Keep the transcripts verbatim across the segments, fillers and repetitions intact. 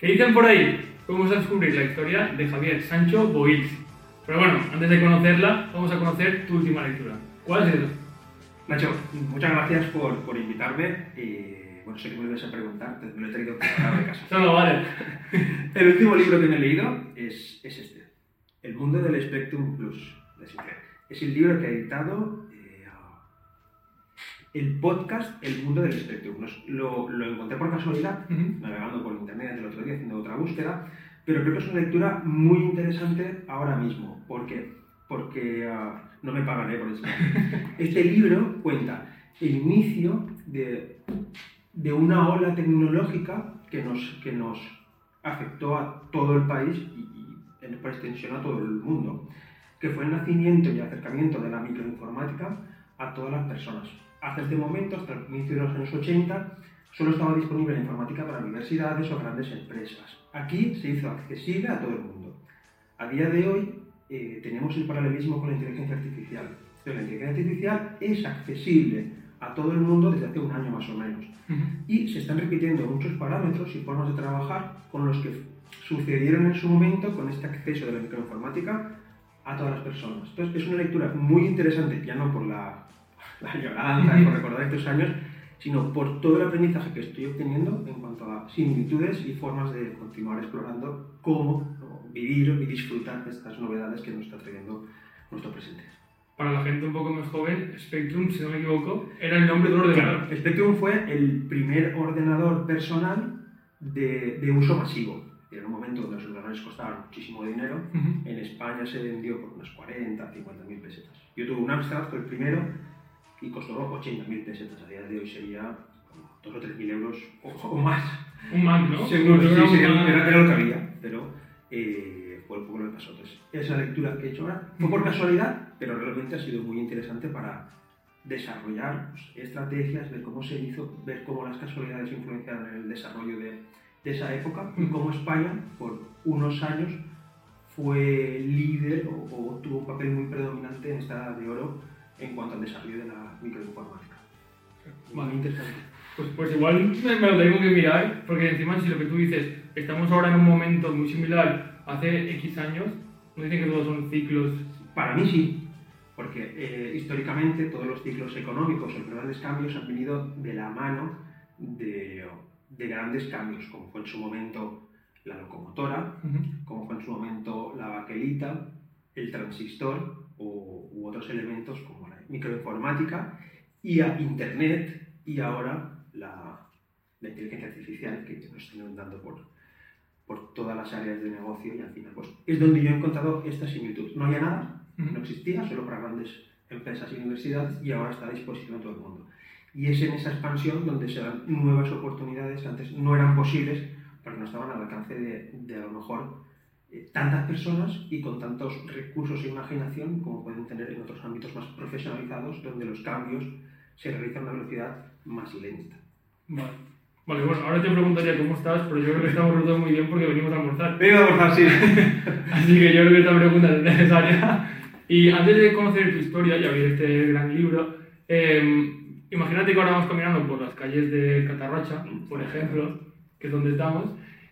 ¿Qué dicen por ahí? Vamos a descubrir la historia de Javier Sancho Boix. Pero bueno, antes de conocerla, vamos a conocer tu última lectura. ¿Cuál es esa? Nacho, muchas gracias por, por invitarme. Y bueno, sé que me lo ibas a preguntar, entonces me lo he traído preparado de casa. Solo vale. El último libro que me he leído es, es este, El mundo del Spectrum Plus, de Sinclair. Es el libro que ha editado eh, el podcast El mundo del Spectrum. Lo, lo encontré por casualidad, uh-huh. navegando por internet el otro día, haciendo otra búsqueda, pero creo que es una lectura muy interesante ahora mismo. ¿Por qué? Porque uh, no me pagan eh, por eso. Este libro cuenta el inicio de, de una ola tecnológica que nos, que nos afectó a todo el país y, y por extensión a todo el mundo, que fue el nacimiento y acercamiento de la microinformática a todas las personas. Hasta este momento, hasta el inicio de los años ochenta, solo estaba disponible la informática para universidades o grandes empresas. Aquí se hizo accesible a todo el mundo. A día de hoy eh, tenemos el paralelismo con la inteligencia artificial. Pero la inteligencia artificial es accesible a todo el mundo desde hace un año más o menos. Uh-huh. Y se están repitiendo muchos parámetros y formas de trabajar con los que sucedieron en su momento con este acceso de la microinformática a todas las personas. Entonces es una lectura muy interesante, ya no por la, la añoranza y por recordar estos años, sino por todo el aprendizaje que estoy obteniendo en cuanto a similitudes y formas de continuar explorando cómo vivir y disfrutar de estas novedades que nos está trayendo nuestro presente. Para la gente un poco más joven, Spectrum, si no me equivoco, era el nombre de un ordenador. Claro, Spectrum fue el primer ordenador personal de, de uso masivo. En un momento donde los ordenadores costaban muchísimo dinero, uh-huh. en España se vendió por unas cuarenta, cincuenta mil pesetas. Yo tuve un Amstrad, fue el primero, y costó ochenta mil pesetas. A día de hoy sería dos o tres mil euros o, o más. Un Mac, ¿no? Seguro, sí, sí, era, era, era lo que había, pero eh, fue un poco lo que pasó. Entonces, esa lectura que he hecho ahora fue por casualidad, pero realmente ha sido muy interesante para desarrollar pues, estrategias, ver cómo se hizo, ver cómo las casualidades influenciaron en el desarrollo de, de esa época y cómo España, por unos años, fue líder o, o tuvo un papel muy predominante en esta edad de oro en cuanto al desarrollo de la microinformática. Vale. Muy interesante. Pues, pues igual me, me lo tengo que mirar, porque encima si lo que tú dices, estamos ahora en un momento muy similar hace X años, ¿no dicen que todos son ciclos? Para mí sí, porque eh, históricamente todos los ciclos económicos o los grandes cambios han venido de la mano de, de grandes cambios, como fue en su momento la locomotora, uh-huh. como fue en su momento la baquelita, el transistor o, u otros elementos como la microinformática y a Internet y ahora la, la inteligencia artificial que nos está inundando por, por todas las áreas de negocio y al final pues, es donde yo he encontrado esta similitud. No había nada, no existía, solo para grandes empresas y universidades y ahora está a disposición de todo el mundo. Y es en esa expansión donde se dan nuevas oportunidades que antes no eran posibles porque no estaban al alcance de, de a lo mejor eh, tantas personas y con tantos recursos e imaginación como pueden tener en otros ámbitos más profesionalizados donde los cambios se realizan a una velocidad más lenta. Vale. Vale, bueno, ahora te preguntaría cómo estás, pero yo creo que estamos todos muy bien porque venimos a almorzar. Venimos a almorzar, sí. Así que yo creo que esta pregunta es necesaria. Y antes de conocer tu historia y abrir este gran libro, eh, imagínate que ahora vamos caminando por las calles de Catarrocha, por ejemplo, que es donde estamos,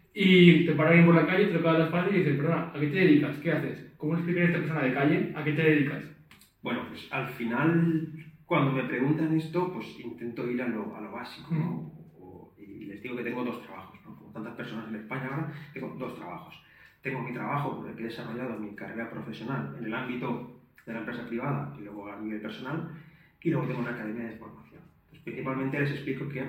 y te para alguien por la calle, te toca la espalda y dices, perdona, ¿a qué te dedicas? ¿Qué haces? ¿Cómo le explicaría a esta persona de calle a qué te dedicas? Bueno, pues al final, cuando me preguntan esto, pues intento ir a lo, a lo básico, ¿no? O, y les digo que tengo dos trabajos, ¿no? Como tantas personas en España ahora, tengo dos trabajos. Tengo mi trabajo por el que he desarrollado mi carrera profesional en el ámbito de la empresa privada y luego a nivel personal, y luego tengo una academia de formación. Pues principalmente les explico que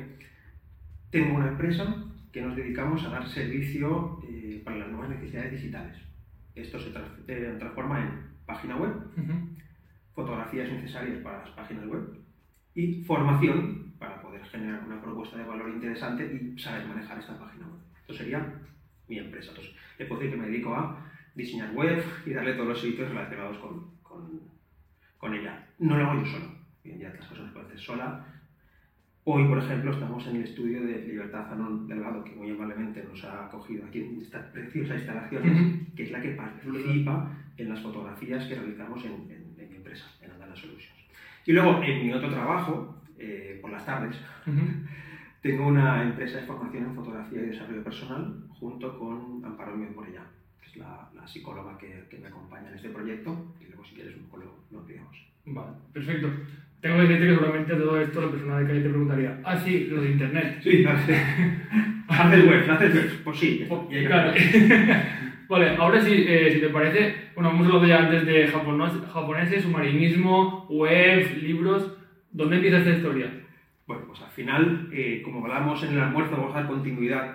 tengo una empresa que nos dedicamos a dar servicio eh, para las nuevas necesidades digitales. Esto se tra- eh, transforma en página web, uh-huh. fotografías necesarias para las páginas web y formación para poder generar una propuesta de valor interesante y saber manejar esta página web. Esto sería mi empresa. Entonces, le puedo decir que me dedico a diseñar web y darle todos los servicios relacionados con, con, con ella. No lo hago yo solo. Hoy en día las cosas se pueden hacer sola. Hoy, por ejemplo, estamos en el estudio de Libertad Zanón Delgado, que muy amablemente nos ha acogido aquí en estas preciosas instalaciones, uh-huh. que es la que participa en las fotografías que realizamos en, en, en mi empresa, en Andana Solutions. Y luego, en mi otro trabajo, eh, por las tardes, uh-huh. tengo una empresa de formación en fotografía y desarrollo personal, junto con Amparo Mío Morellán, que es la, la psicóloga que, que me acompaña en este proyecto, y luego si quieres un poco lo, lo ampliamos. Vale, perfecto. Tengo que decirte que seguramente todo esto la persona de calle te preguntaría, ah sí, lo de internet. Sí, haces web, haces web, pues sí. Oh, claro. Vale, ahora sí, eh, si te parece, bueno, hemos hablado ya antes de japonos, japoneses, submarinismo, web, libros. ¿Dónde empieza esta historia? Bueno, pues al final, eh, como hablamos en el almuerzo, vamos a dar continuidad.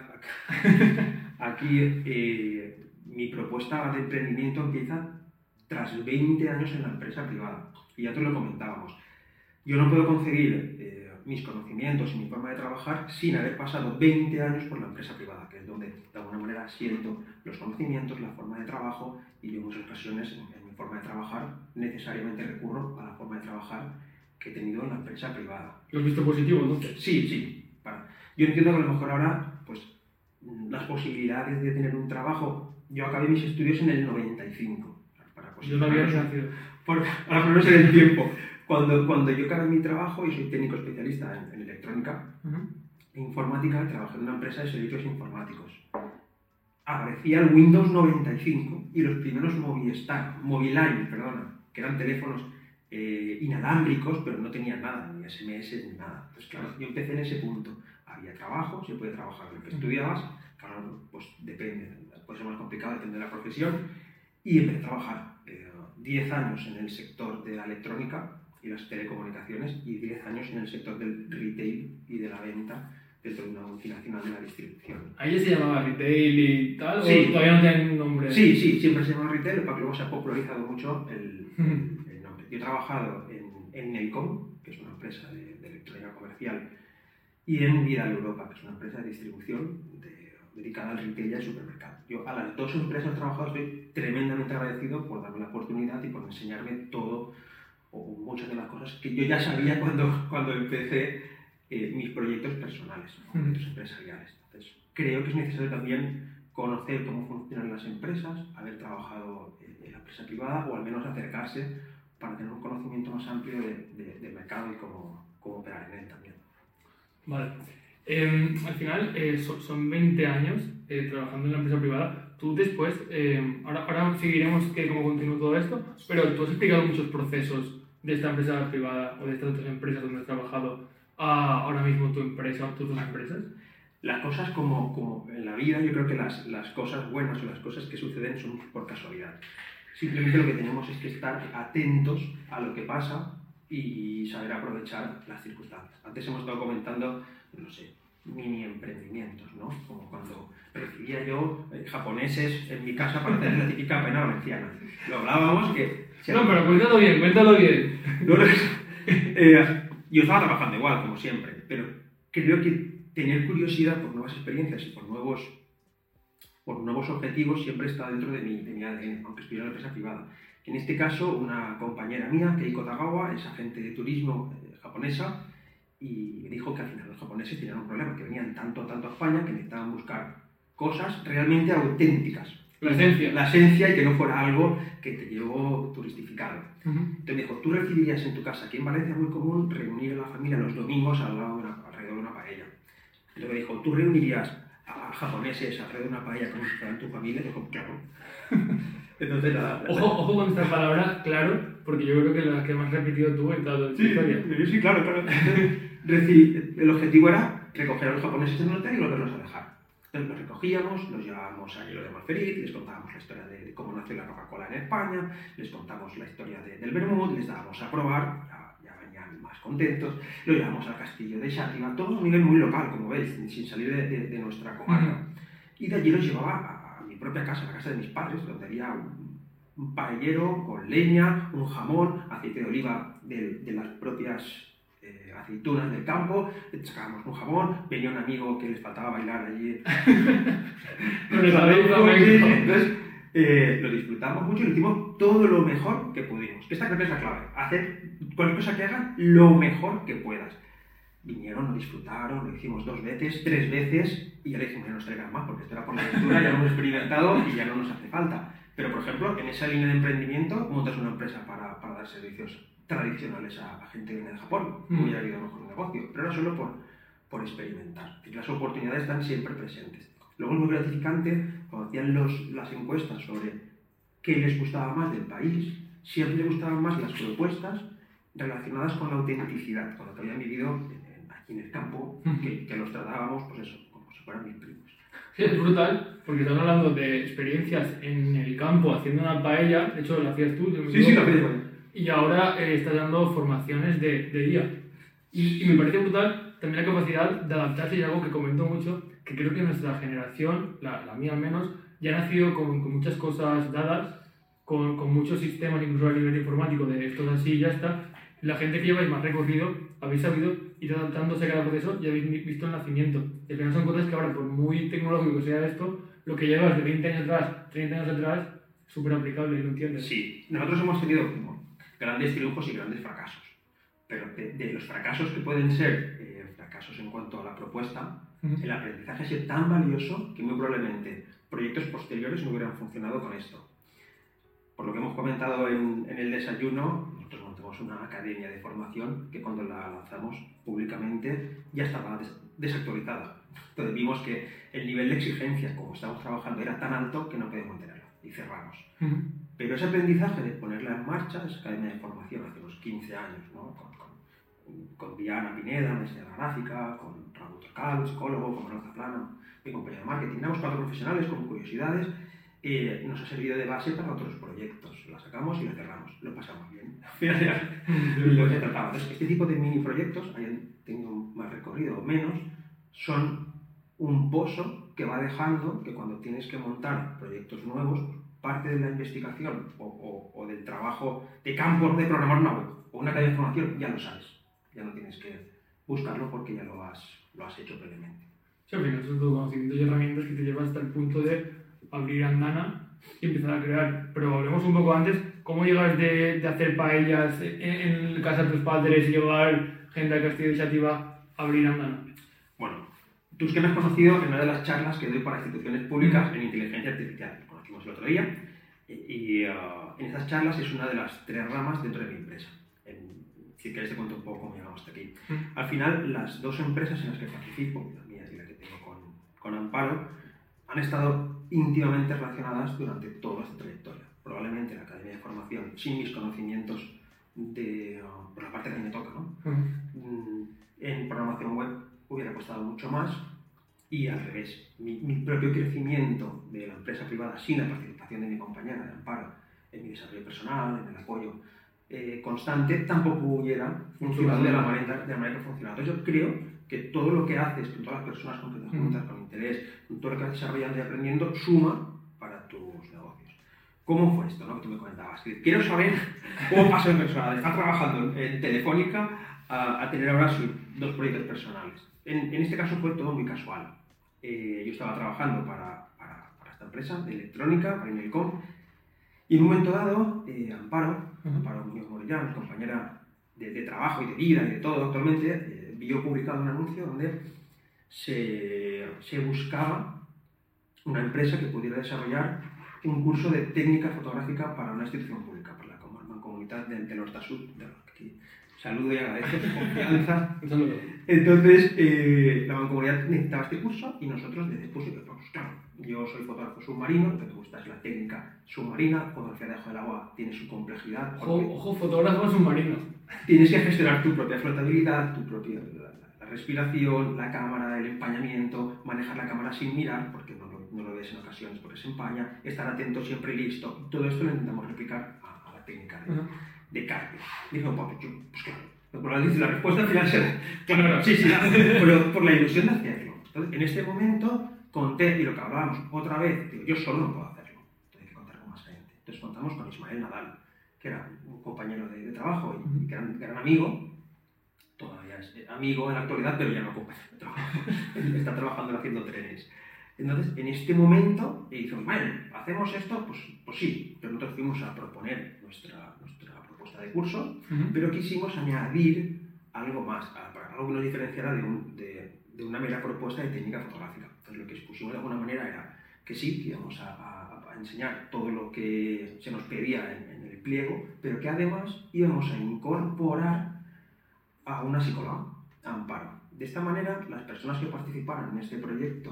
Aquí eh, mi propuesta de emprendimiento empieza tras veinte años en la empresa privada. Y ya te lo comentábamos. Yo no puedo conseguir eh, mis conocimientos y mi forma de trabajar sin haber pasado veinte años por la empresa privada, que es donde de alguna manera siento los conocimientos, la forma de trabajo, y yo en muchas ocasiones en, en mi forma de trabajar necesariamente recurro a la forma de trabajar que he tenido en la empresa privada. ¿Lo has visto positivo entonces? Sí, sí. Para. Yo entiendo que a lo mejor ahora pues, las posibilidades de tener un trabajo, yo acabé mis estudios en el noventa y cinco. Para yo no había nacido. Por, para ponernos en el tiempo. Cuando, cuando yo acabé mi trabajo, y soy técnico especialista en, en electrónica uh-huh. e informática, trabajé en una empresa de servicios informáticos. Aparecía el Windows noventa y cinco y los primeros Movistar, Moviline, perdona, que eran teléfonos eh, inalámbricos, pero no tenían nada, ni ese eme ese ni nada. Entonces, claro, yo empecé en ese punto. Había trabajo, se puede trabajar en lo que estudiabas, claro, pues depende, puede ser más complicado, depende de la profesión, y empecé a trabajar eh, diez años en el sector de la electrónica y las telecomunicaciones y diez años en el sector del retail y de la venta dentro de una multinacional de la distribución. ¿Ahí se llamaba retail y tal? Sí. ¿O todavía no tiene un nombre? Sí, sí, siempre se llama retail, pero luego se ha popularizado mucho el, el, el nombre. Yo he trabajado en, en Nelcom, que es una empresa de, de electrónica comercial, y en Vidal Europa, que es una empresa de distribución de, dedicada al retail y al supermercado. Yo a las dos empresas he trabajado, estoy tremendamente agradecido por darme la oportunidad y por enseñarme todo, o muchas de las cosas que yo ya sabía cuando, cuando empecé eh, mis proyectos personales, proyectos mm. empresariales. Entonces, creo que es necesario también conocer cómo funcionan las empresas, haber trabajado en la empresa privada o al menos acercarse para tener un conocimiento más amplio de, de, del mercado y cómo, cómo operar en él también. Vale. Eh, al final eh, son, son veinte años eh, trabajando en la empresa privada. Tú después, eh, ahora, ahora seguiremos que cómo continúa todo esto, pero tú has explicado muchos procesos de esta empresa privada o de estas otras empresas donde has trabajado a ahora mismo tu empresa o tus dos empresas. Las cosas como, como en la vida, yo creo que las, las cosas buenas o las cosas que suceden son por casualidad. Simplemente lo que tenemos es que estar atentos a lo que pasa y saber aprovechar las circunstancias. Antes hemos estado comentando, no sé, mini emprendimientos, ¿no? Como cuando recibía yo eh, japoneses en mi casa para hacer la típica pena valenciana. Lo hablábamos que... No, pero cuéntalo bien, cuéntalo bien. No, no, eh, yo estaba trabajando igual, como siempre, pero creo que tener curiosidad por nuevas experiencias y por nuevos, por nuevos objetivos siempre está dentro de mi, de mi A D N, aunque estuviera en la empresa privada. En este caso, una compañera mía, Keiko Tagawa, es agente de turismo eh, japonesa, y me dijo que al final los japoneses tenían un problema, que venían tanto, tanto a España que necesitaban buscar cosas realmente auténticas. La esencia. La esencia y que no fuera algo que te llevó turistificado. Uh-huh. Entonces me dijo, tú recibirías en tu casa, aquí en Valencia es muy común reunir a la familia los domingos al lado de una, alrededor de una paella. Entonces me dijo, tú reunirías a japoneses alrededor de una paella como si fueran tu familia. Y dijo, claro. Entonces, la, la, ojo, ojo con esta palabra, claro, porque yo creo que la que más has repetido tú en toda tu sí, historia. Sí, claro, claro. Entonces, el objetivo era recoger a los japoneses en el hotel y volverlos a dejar. Entonces los recogíamos, los llevábamos a Hielo de Malferit, les contábamos la historia de, de cómo nació la Coca-Cola en España, les contamos la historia de, del vermut, les dábamos a probar, ya, ya venían más contentos, lo llevamos al castillo de Xàtiva, todo a un nivel muy local, como veis, sin salir de, de, de nuestra comarca. Uh-huh. Y de allí los llevaba a, a mi propia casa, a la casa de mis padres, donde había un, un paellero con leña, un jamón, aceite de oliva de, de las propias eh, aceitunas del campo, sacábamos un jamón, venía un amigo que les faltaba bailar allí. Entonces, eh, lo disfrutamos mucho y lo hicimos todo lo mejor que pudimos. Esta creo que es la clave, hacer cualquier cosa que hagan lo mejor que puedas. Vinieron, lo disfrutaron, lo hicimos dos veces, tres veces, y ya le dijimos, no nos traigan más, porque esto era por la aventura, ya lo hemos experimentado y ya no nos hace falta. Pero, por ejemplo, en esa línea de emprendimiento, montas una empresa para, para dar servicios tradicionales a, a gente que viene de Japón, mm. hubiera habido mejor un negocio, pero era solo por, por experimentar. Y las oportunidades están siempre presentes. Luego es muy gratificante cuando hacían los, las encuestas sobre qué les gustaba más del país, siempre les gustaban más las propuestas relacionadas con la autenticidad, con lo que habían vivido en, en, aquí en el campo, que, que los tratábamos, pues eso, como si fueran mis primos. Sí, es brutal, porque estamos hablando de experiencias en el campo haciendo una paella, de hecho lo hacías tú, sí, sí, lo hacía yo. Y ahora eh, estás dando formaciones de, de I A. Y, y me parece brutal también la capacidad de adaptarse, y algo que comento mucho, que creo que nuestra generación, la, la mía al menos, ya ha nacido con, con muchas cosas dadas, con, con muchos sistemas, incluso a nivel informático, de esto es así y ya está. La gente que lleváis más recorrido, habéis sabido ir adaptándose a cada proceso y habéis visto el nacimiento. Y al final son cosas que ahora, por muy tecnológico que sea esto, lo que llevas de veinte años atrás, treinta años atrás, es súper aplicable, ¿lo entiendes? Sí, nosotros hemos tenido como grandes triunfos y grandes fracasos. Pero de, de los fracasos que pueden ser eh, fracasos en cuanto a la propuesta, uh-huh. el aprendizaje ha sido tan valioso que muy probablemente proyectos posteriores no hubieran funcionado con esto. Por lo que hemos comentado en, en el desayuno, nosotros montamos una academia de formación que cuando la lanzamos públicamente ya estaba des desactualizada. Entonces vimos que el nivel de exigencia, como estábamos trabajando, era tan alto que no podíamos mantenerlo y cerramos. Uh-huh. Pero ese aprendizaje de ponerla en marcha, esa academia de formación hace unos quince años, ¿no? con, con, con Diana Pineda, diseñadora gráfica, con Raúl Torcal, psicólogo, con Manuel Zaplana, mi compañero de marketing, éramos cuatro profesionales con curiosidades. Eh, nos ha servido de base para otros proyectos. La sacamos y la cerramos. Lo pasamos bien. Al final, lo que trataba. Entonces, este tipo de mini proyectos, hayan tenido más recorrido o menos, son un pozo que va dejando que cuando tienes que montar proyectos nuevos, parte de la investigación o, o, o del trabajo de campo de programar una web o una cadena de información, ya lo sabes. Ya no tienes que buscarlo porque ya lo has, lo has hecho previamente. Sí, al final son todo conocimientos y herramientas que te llevan hasta el punto de abrir Andana y empezar a crear. Pero hablemos un poco antes, ¿cómo llegas de, de hacer paellas en, en casa de tus padres y llevar gente al Castillo de Xàtiva a abrir Andana? Bueno, tú es que me has conocido en una de las charlas que doy para instituciones públicas en inteligencia artificial. Nos conocimos el otro día y, y uh, en esas charlas es una de las tres ramas dentro de mi empresa. En, si quieres te cuento un poco cómo llegamos hasta aquí. Mm. Al final, las dos empresas en las que participo, la mía y la que tengo con, con Amparo, han estado íntimamente relacionadas durante toda esta trayectoria. Probablemente la Academia de Formación, sin mis conocimientos de, uh, por la parte que me toca, ¿no? Uh-huh. En programación web hubiera costado mucho más y al revés. Mi, mi propio crecimiento de la empresa privada sin la participación de mi compañera de Amparo en mi desarrollo personal, en el apoyo eh, constante, tampoco hubiera funcionado de la manera, de la manera que ha funcionado. Entonces yo creo que todo lo que haces con todas las personas con que te juntas, con interés, con todo lo que vas desarrollando y aprendiendo, suma para tus negocios. ¿Cómo fue esto, no? Que tú me comentabas. Quiero saber cómo pasó en persona, de estar trabajando en Telefónica a, a tener ahora sus dos proyectos personales. En, en este caso fue todo muy casual. Eh, yo estaba trabajando para, para, para esta empresa de electrónica, para Inelcom, y en un momento dado, eh, Amparo, uh-huh. Amparo Muñoz Morellán, compañera de, de trabajo y de vida y de todo actualmente, eh, yo publicado un anuncio donde se, se buscaba una empresa que pudiera desarrollar un curso de técnica fotográfica para una institución pública, para la Mancomunitat del, del Horta-Sud, de aquí saludo y agradezco tu confianza. Un saludo. Entonces, eh, la Mancomunidad necesitaba este curso y nosotros desde después, pues claro, yo soy fotógrafo submarino, lo que me gusta es la técnica submarina, fotografía debajo del agua tiene su complejidad. Ojo, ojo, fotógrafo submarino. Tienes que gestionar tu propia flotabilidad, tu propia la, la respiración, la cámara, el empañamiento, manejar la cámara sin mirar, porque no lo, no lo ves en ocasiones porque se empaña, estar atento, siempre listo. Todo esto lo intentamos replicar a, a la técnica de, uh-huh. de Carpe. Dijo, pues, yo, pues claro, la, la respuesta final será, claro, sí, sí, pero por la ilusión de hacerlo. Entonces, en este momento conté, y lo que hablábamos otra vez, digo, yo solo no puedo hacerlo, tengo que contar con más gente. Entonces contamos con Ismael Nadal, que era un compañero de, de trabajo y que era, que era un amigo, todavía es amigo en la actualidad, pero ya no compañero de trabajo, está trabajando haciendo trenes. Entonces, en este momento, y dijo, bueno, ¿hacemos esto? Pues, pues sí, pero nosotros fuimos a proponer nuestra, nuestra propuesta de curso, uh-huh. pero quisimos añadir algo más, algo que nos diferenciara de, un, de, de una mera propuesta de técnica fotográfica. Entonces, lo que expusimos de alguna manera era que sí, que íbamos a, a, a enseñar todo lo que se nos pedía en, en el pliego, pero que además íbamos a incorporar a una psicóloga, a Amparo. De esta manera, las personas que participaran en este proyecto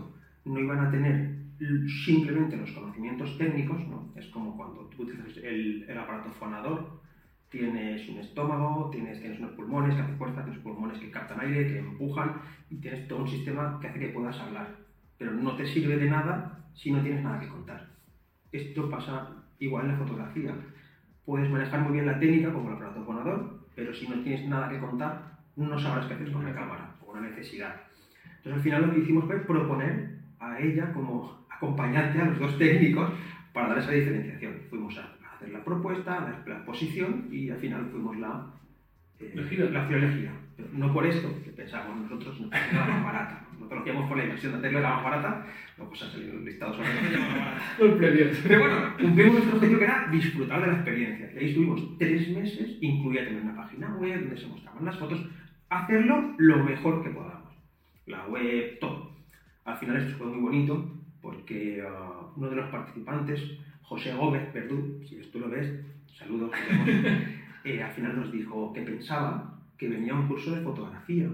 no iban a tener simplemente los conocimientos técnicos, ¿no? Es como cuando tú utilizas el, el aparato fonador, tienes un estómago, tienes, tienes unos pulmones que hacen fuerza, tienes pulmones que captan aire, que empujan, y tienes todo un sistema que hace que puedas hablar. Pero no te sirve de nada si no tienes nada que contar. Esto pasa igual en la fotografía. Puedes manejar muy bien la técnica como el aparato fonador, pero si no tienes nada que contar, no sabrás qué hacer con la cámara o una necesidad. Entonces al final lo que hicimos fue proponer a ella como acompañante a los dos técnicos para dar esa diferenciación. Fuimos a hacer la propuesta, la, la exposición y al final fuimos la, eh, la opción elegida. Pero no por esto, que pensábamos nosotros, no era la más barata. Nosotros lo hacíamos por la inversión de hacerlo la más barata, luego pues ha salido un listado sobre la más barata. Pero bueno, cumplimos nuestro objetivo que era disfrutar de la experiencia. Y ahí estuvimos tres meses, incluía tener una página web donde se mostraban las fotos, hacerlo lo mejor que podamos. La web, todo. Al final esto fue muy bonito porque uh, uno de los participantes, José Gómez Verdú, si tú lo ves, saludos, eh, al final nos dijo que pensaba que venía un curso de fotografía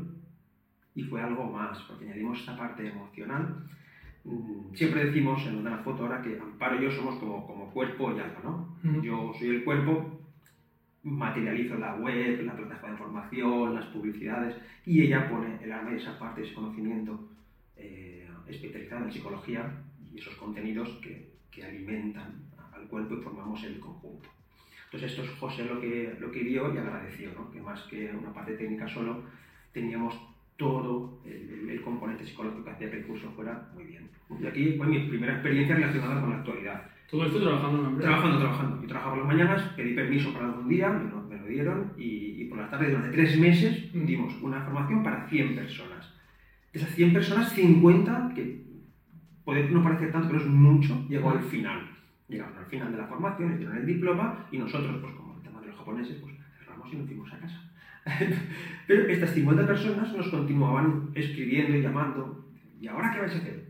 y fue algo más, porque añadimos esta parte emocional. Mm, siempre decimos en una foto ahora que Amparo y yo somos como, como cuerpo y alma, ¿no? Uh-huh. Yo soy el cuerpo, materializo la web, la plataforma de información, las publicidades, y ella pone el alma y esa parte, ese conocimiento eh, especializado en psicología y esos contenidos que, que alimentan al cuerpo y formamos el conjunto. Entonces esto es José lo que, lo que vio y agradeció, ¿no? Que más que una parte técnica solo, teníamos todo el, el componente psicológico que hacía que el curso fuera muy bien. Y aquí fue mi primera experiencia relacionada con la actualidad. ¿Todo esto trabajando en una empresa? Trabajando, trabajando. Yo trabajaba por las mañanas, pedí permiso para algún día, me lo, me lo dieron, y, y por las tardes durante tres meses dimos una formación para cien personas. De esas cien personas, cincuenta, que puede no parecer tanto, pero es mucho, llegó al final. Llegaron al final de la formación, hicieron el diploma, y nosotros, pues como el tema de los japoneses, pues cerramos y nos fuimos a casa. Pero estas cincuenta personas nos continuaban escribiendo y llamando. ¿Y ahora qué vais a hacer?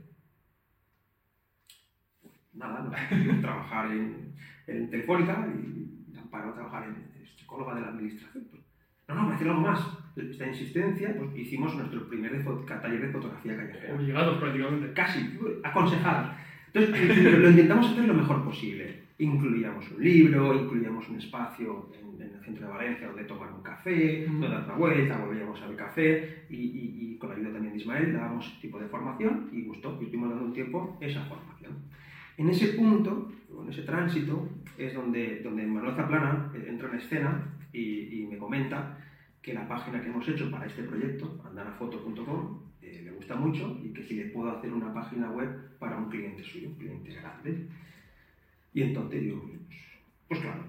Pues nada, no, trabajar en, en Telefónica y Amparo trabajar en psicóloga de la administración. Pues, no, no, me hacer algo más. Esta insistencia, pues hicimos nuestro primer de taller de fotografía callejera. Obligados prácticamente. Casi, aconsejados. Entonces lo intentamos hacer lo mejor posible. Incluíamos un libro, incluíamos un espacio en, en el centro de Valencia donde tomar un café, mm. donde dar una vuelta, volvíamos al café y, y, y con la ayuda también de Ismael dábamos ese tipo de formación y gustó, y estuvimos dando un tiempo esa formación. En ese punto, en ese tránsito, es donde, donde Manuel Zaplana entra en escena y, y me comenta que la página que hemos hecho para este proyecto, andanafoto punto com, eh, le gusta mucho y que si le puedo hacer una página web para un cliente suyo, un cliente grande. Y entonces digo, pues, pues claro,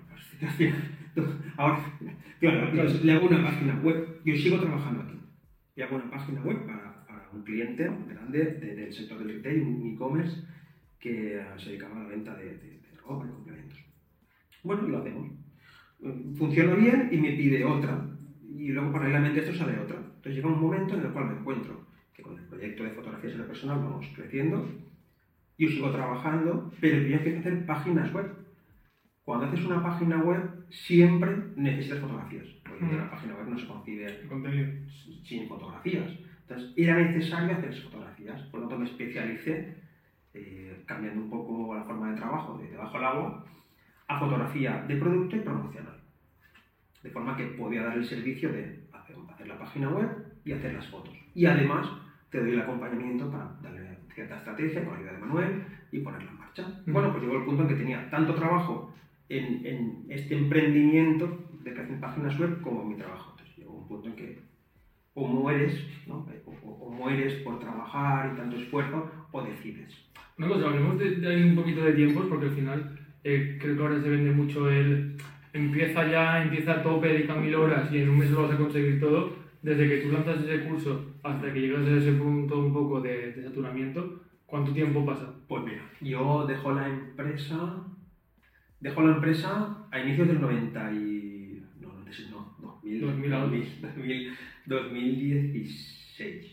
ahora, claro, claro, le hago una página web, yo sigo trabajando aquí, y hago una página web para, para un cliente grande de, del sector del retail, un e-commerce que uh, se dedicaba a la venta de, de, de ropa y complementos. Bueno, y lo hacemos. Funciona bien y me pide otra, y luego paralelamente esto sale otra. Entonces llega un momento en el cual me encuentro que con el proyecto de fotografías en lo personal vamos creciendo. Yo sigo trabajando, pero yo empiezo a hacer páginas web. Cuando haces una página web, siempre necesitas fotografías. Porque mm. una página web no se concibe sin fotografías. Entonces, era necesario hacer esas fotografías. Por lo tanto, me especialicé, eh, cambiando un poco la forma de trabajo de debajo del agua, a fotografía de producto y promocional. De forma que podía dar el servicio de hacer, hacer la página web y hacer las fotos. Y además, te doy el acompañamiento para darle cierta estrategia con la ayuda de Manuel y ponerla en marcha. Uh-huh. Bueno, pues llegó el punto en que tenía tanto trabajo en, en este emprendimiento de creación de páginas web como en mi trabajo. Entonces llegó un punto en que o mueres, ¿no? o, o, o mueres por trabajar y tanto esfuerzo, o decides. Una cosa, hablemos de, de ahí un poquito de tiempos, porque al final eh, creo que ahora se vende mucho el empieza ya, empieza a tope, dedica mil horas y en un mes lo vas a conseguir todo. Desde que tú lanzas ese curso hasta que llegas a ese punto un poco de, de saturamiento, ¿cuánto tiempo pasa? Pues mira, yo dejo la empresa, dejo la empresa a inicios del noventa y... no, no, no, dos mil, dos mil, dos mil, dos mil, dos mil dieciséis.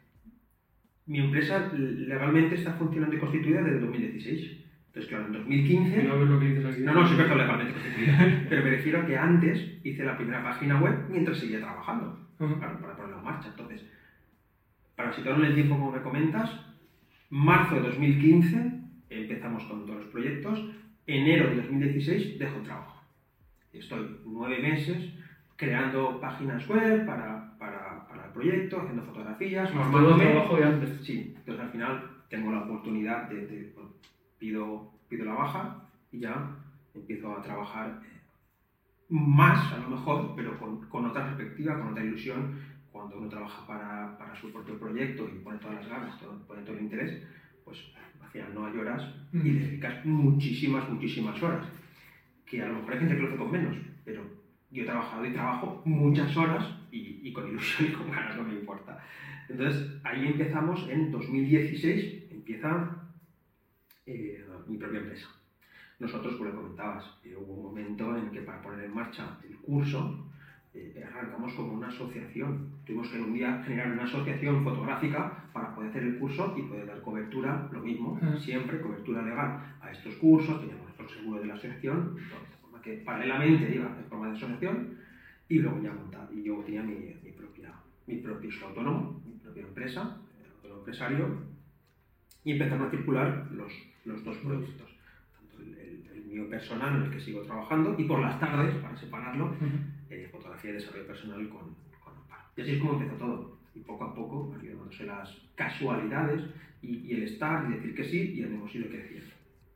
Mi empresa legalmente está funcionando y constituida desde dos mil dieciséis. Entonces, claro, en dos mil quince... No, lo que dices aquí. No, no, sí que está legalmente constituida. Pero me refiero a que antes hice la primera página web mientras seguía trabajando. Uh-huh. Para, para ponerlo en marcha. Entonces, para situarlo en el tiempo como me comentas, Marzo de dos mil quince empezamos con todos los proyectos. Enero de dos mil dieciséis dejo el trabajo. Estoy nueve meses creando páginas web para, para, para el proyecto, haciendo fotografías, Más todo el trabajo de antes. Sí, entonces al final tengo la oportunidad de, de bueno, pido, pido la baja y ya empiezo a trabajar más, a lo mejor, pero con, con otra perspectiva, con otra ilusión. Cuando uno trabaja para, para su propio proyecto y pone todas las ganas, todo, pone todo el interés, pues al final no hay horas y le dedicas muchísimas, muchísimas horas. Que a lo mejor hay gente que lo hace con menos, pero yo he trabajado y trabajo muchas horas y, y con ilusión y con ganas, no me importa. Entonces, ahí empezamos en dos mil dieciséis, empieza eh, mi propia empresa. Nosotros, como le comentabas, eh, hubo un momento en que para poner en marcha el curso, eh, arrancamos como una asociación. Tuvimos que un día generar una asociación fotográfica para poder hacer el curso y poder dar cobertura, lo mismo, uh-huh. siempre cobertura legal a estos cursos, teníamos nuestro seguro de la asociación, de forma que paralelamente iba en forma de asociación y luego ya montar. Y yo tenía mi, mi propia, mi propio soy autónomo, mi propia empresa, autónomo empresario, y empezaron a circular los, los dos proyectos. El, el, el mío personal, en el que sigo trabajando, y por las tardes, para separarlo, uh-huh. eh, fotografía y desarrollo personal con, con Amparo. Y así es como empezó todo. Y poco a poco han ido dándose las casualidades y, y el estar y decir que sí, y hemos ido creciendo.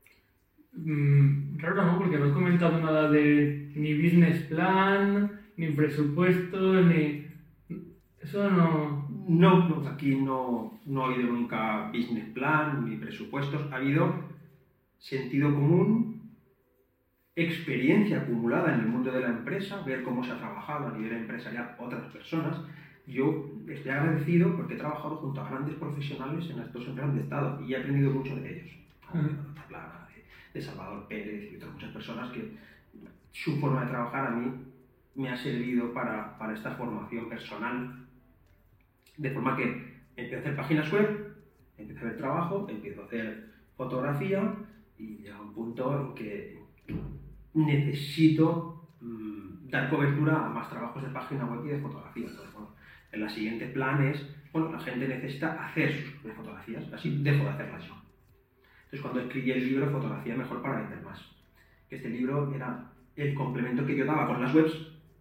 Mm, claro, no, porque no he comentado nada de ni business plan, ni presupuesto, ni... Eso no... No, no aquí no, no ha habido nunca business plan, ni presupuestos. Ha habido sentido común, experiencia acumulada en el mundo de la empresa, ver cómo se ha trabajado a nivel empresarial otras personas. Yo estoy agradecido porque he trabajado junto a grandes profesionales en estos empresas de Estado y he aprendido mucho de ellos. Uh-huh. Plana, de, de Salvador Pérez y otras muchas personas que su forma de trabajar a mí me ha servido para, para esta formación personal. De forma que empiezo a hacer páginas web, empiezo a hacer trabajo, empiezo a hacer fotografía y llega un punto en que necesito mmm, dar cobertura a más trabajos de página web y de fotografía. Entonces, bueno, en la siguiente plan es, bueno, la gente necesita hacer sus propias fotografías, así dejo de hacerlas yo. Entonces, cuando escribí el libro Fotografía Mejor para Vender Más, que este libro era el complemento que yo daba con las webs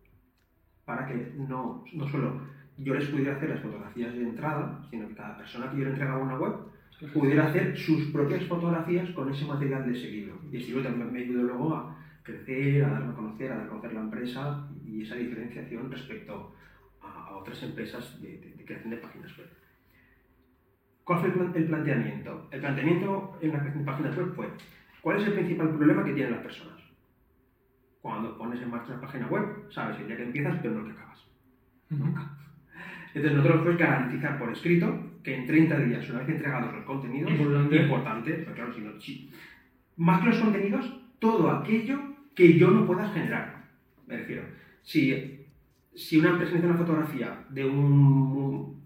para que no, no solo yo les pudiera hacer las fotografías de entrada, sino que cada persona que yo le entregaba una web pudiera hacer sus propias fotografías con ese material de ese libro. Y ese libro también me ayudó luego a crecer, a darme a conocer, a dar a conocer la empresa y esa diferenciación respecto a, a otras empresas de, de, de creación de páginas web. ¿Cuál fue el, plan, el planteamiento? El planteamiento en la creación de páginas web fue: ¿cuál es el principal problema que tienen las personas? Cuando pones en marcha una página web, sabes el día que empiezas, pero no el que acabas. Uh-huh. Nunca. Entonces nosotros fue garantizar por escrito que en treinta días, una vez entregados los contenidos, importante, importante pero claro, si no, si, más que los contenidos, todo aquello que yo no pueda generar. Me refiero, si, si una empresa necesita una fotografía de un,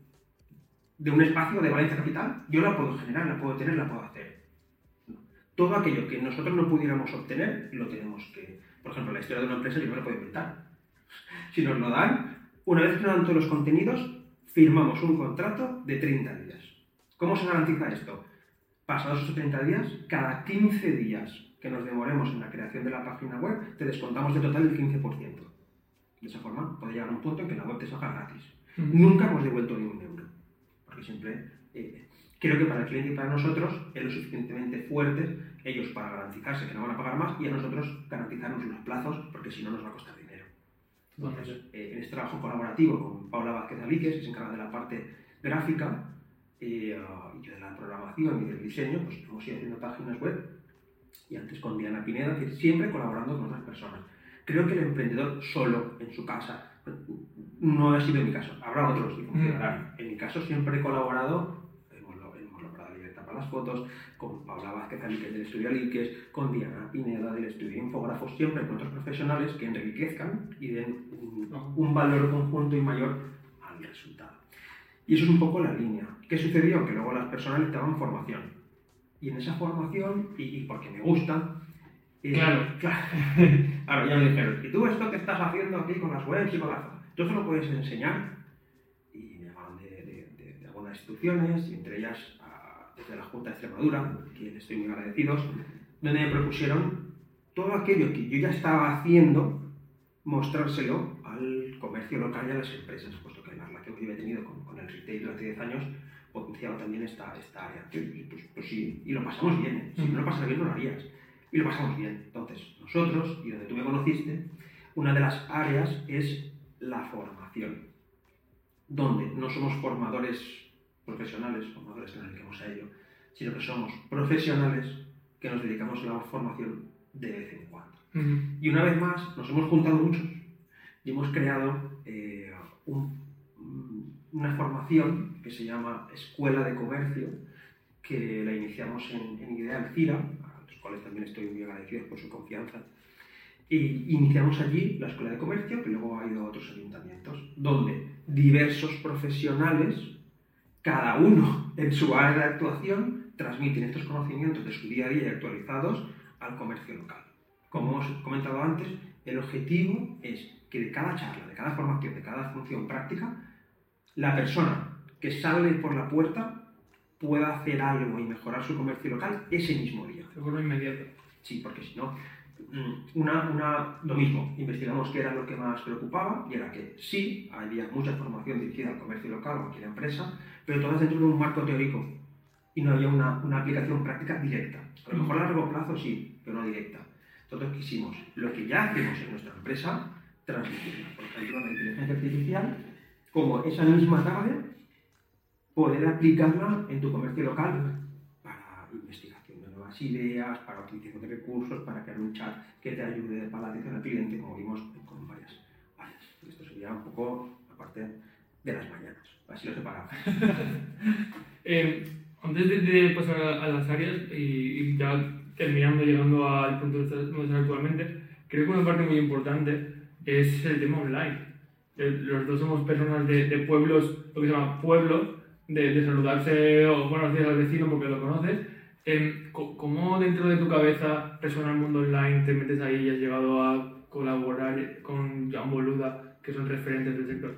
de un espacio de Valencia Capital, yo la puedo generar, la puedo tener, la puedo hacer. No. Todo aquello que nosotros no pudiéramos obtener, lo tenemos que... Por ejemplo, la historia de una empresa yo no la puedo inventar. Si nos lo dan, una vez que nos dan todos los contenidos, firmamos un contrato de treinta días. ¿Cómo se garantiza esto? Pasados esos treinta días, cada quince días que nos demoremos en la creación de la página web, te descontamos de total el quince por ciento. De esa forma, puede llegar a un punto en que la web te salga gratis. Mm. Nunca hemos devuelto ni un euro. Porque siempre, eh, creo que para el cliente y para nosotros, es lo suficientemente fuerte, ellos para garantizarse que no van a pagar más y a nosotros garantizarnos los plazos, porque si no nos va a costar dinero. Entonces, eh, en este trabajo colaborativo con Paula Vázquez Alíquez, que se encarga de la parte gráfica, eh, uh, y yo de la programación y del diseño, pues hemos ido haciendo páginas web, y antes con Diana Pineda, que siempre colaborando con otras personas. Creo que el emprendedor solo, en su casa, no ha sido mi caso, habrá otros que funcionarán. Mm. En mi caso siempre he colaborado, hemos, hemos logrado Libertad para las Fotos, con Paula Vázquez Alíquez del Estudio Alíquez, con Diana Pineda del Estudio Infógrafos, siempre con otros profesionales que enriquezcan y den un, un valor conjunto y mayor al resultado. Y eso es un poco la línea. ¿Qué sucedió? Que luego las personas necesitaban formación. Y en esa formación, y, y porque me gusta, eh, claro, claro. Ahora ya me dijeron, ¿y tú esto que estás haciendo aquí con las webs y con las fotos? ¿Tú eso lo puedes enseñar? Y me llamaron de, de, de, de algunas instituciones, y entre ellas a desde la Junta de Extremadura, a quien estoy muy agradecidos, donde me propusieron todo aquello que yo ya estaba haciendo, mostrárselo al comercio local y a las empresas, puesto que la relación que yo he tenido con, con el retail durante diez años potenciaba también esta, esta área. Pues, pues sí, y lo pasamos bien. Si no lo pasas bien, no lo harías. Y lo pasamos bien. Entonces, nosotros, y donde tú me conociste, una de las áreas es la formación, donde no somos formadores profesionales, formadores que nos dediquemos a ello, sino que somos profesionales que nos dedicamos a la formación de vez en cuando. Uh-huh. Y una vez más, nos hemos juntado muchos y hemos creado eh, un, una formación que se llama Escuela de Comercio, que la iniciamos en, en Ideal Cira, a los cuales también estoy muy agradecido por su confianza. Y iniciamos allí la Escuela de Comercio, que luego ha ido a otros ayuntamientos, donde diversos profesionales, cada uno en su área de actuación, transmiten estos conocimientos de su día a día y actualizados al comercio local. Como hemos comentado antes, el objetivo es que de cada charla, de cada formación, de cada función práctica, la persona que sale por la puerta pueda hacer algo y mejorar su comercio local ese mismo día. De forma inmediata. Sí, porque si no, una, una, lo mismo, investigamos qué era lo que más preocupaba y era que sí, había mucha formación dirigida al comercio local o a cualquier empresa, pero todas dentro de un marco teórico y no había una, una aplicación práctica directa. A lo mejor a largo plazo sí, pero no directa. Entonces quisimos lo que ya hacemos en nuestra empresa, transmitirlo. Por ejemplo, la inteligencia artificial, como esa misma tarde, poder aplicarla en tu comercio local para investigación de nuevas ideas, para utilización de recursos, para crear un chat que te ayude para la atención al cliente, como vimos con varias áreas. Esto sería un poco la parte de las mañanas. Así lo separamos. eh, antes de, de pasar a, a las áreas y, y ya terminando, llegando al punto donde estás actualmente, creo que una parte muy importante es el tema online. Los dos somos personas de, de pueblos, lo que se llama pueblo, de, de saludarse o buenos días al vecino porque lo conoces. Eh, ¿Cómo dentro de tu cabeza resuena el mundo online? ¿Te metes ahí y has llegado a colaborar con Joan Boluda, que son referentes del sector?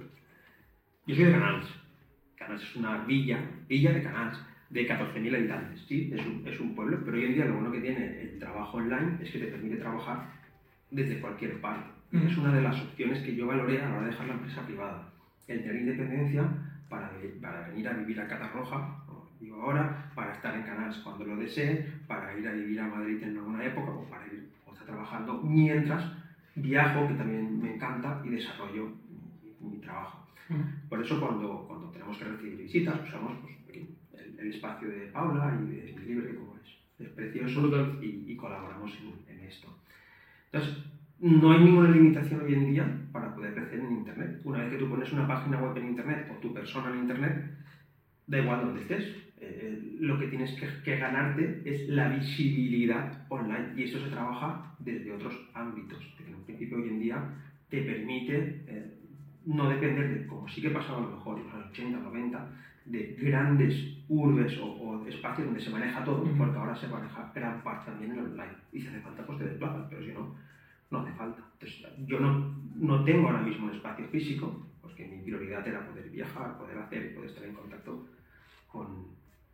Yo soy de Canals. Canals es una villa, villa de Canals, de catorce mil habitantes. Sí, es un, es un pueblo, pero hoy en día lo bueno que tiene el trabajo online es que te permite trabajar desde cualquier parte. Mm. Es una de las opciones que yo valoré a la hora de dejar la empresa privada. El tener independencia para, para venir a vivir a Catarroja, digo ahora, para estar en Canals cuando lo desee, para ir a vivir a Madrid en alguna época o para ir o estar trabajando mientras viajo, que también me encanta, y desarrollo mi, mi trabajo. Mm. Por eso cuando, cuando tenemos que recibir visitas usamos pues, el, el espacio de Paula y de mi libro, que como es, es precioso, y, y colaboramos en, en esto. Entonces, no hay ninguna limitación hoy en día para poder crecer en Internet. Una vez que tú pones una página web en Internet o tu persona en Internet, da igual donde estés, eh, lo que tienes que, que ganarte es la visibilidad online, y eso se trabaja desde otros ámbitos, que en un principio hoy en día te permite eh, no depender de, como sí que pasaba a lo mejor en los ochenta, noventa, de grandes urbes o, o espacios donde se maneja todo, uh-huh. porque ahora se maneja gran parte también en online, y si hace falta pues te desplazas, pero si no, no hace falta. Entonces, yo no, no tengo ahora mismo un espacio físico, porque mi prioridad era poder viajar, poder hacer, poder estar en contacto con,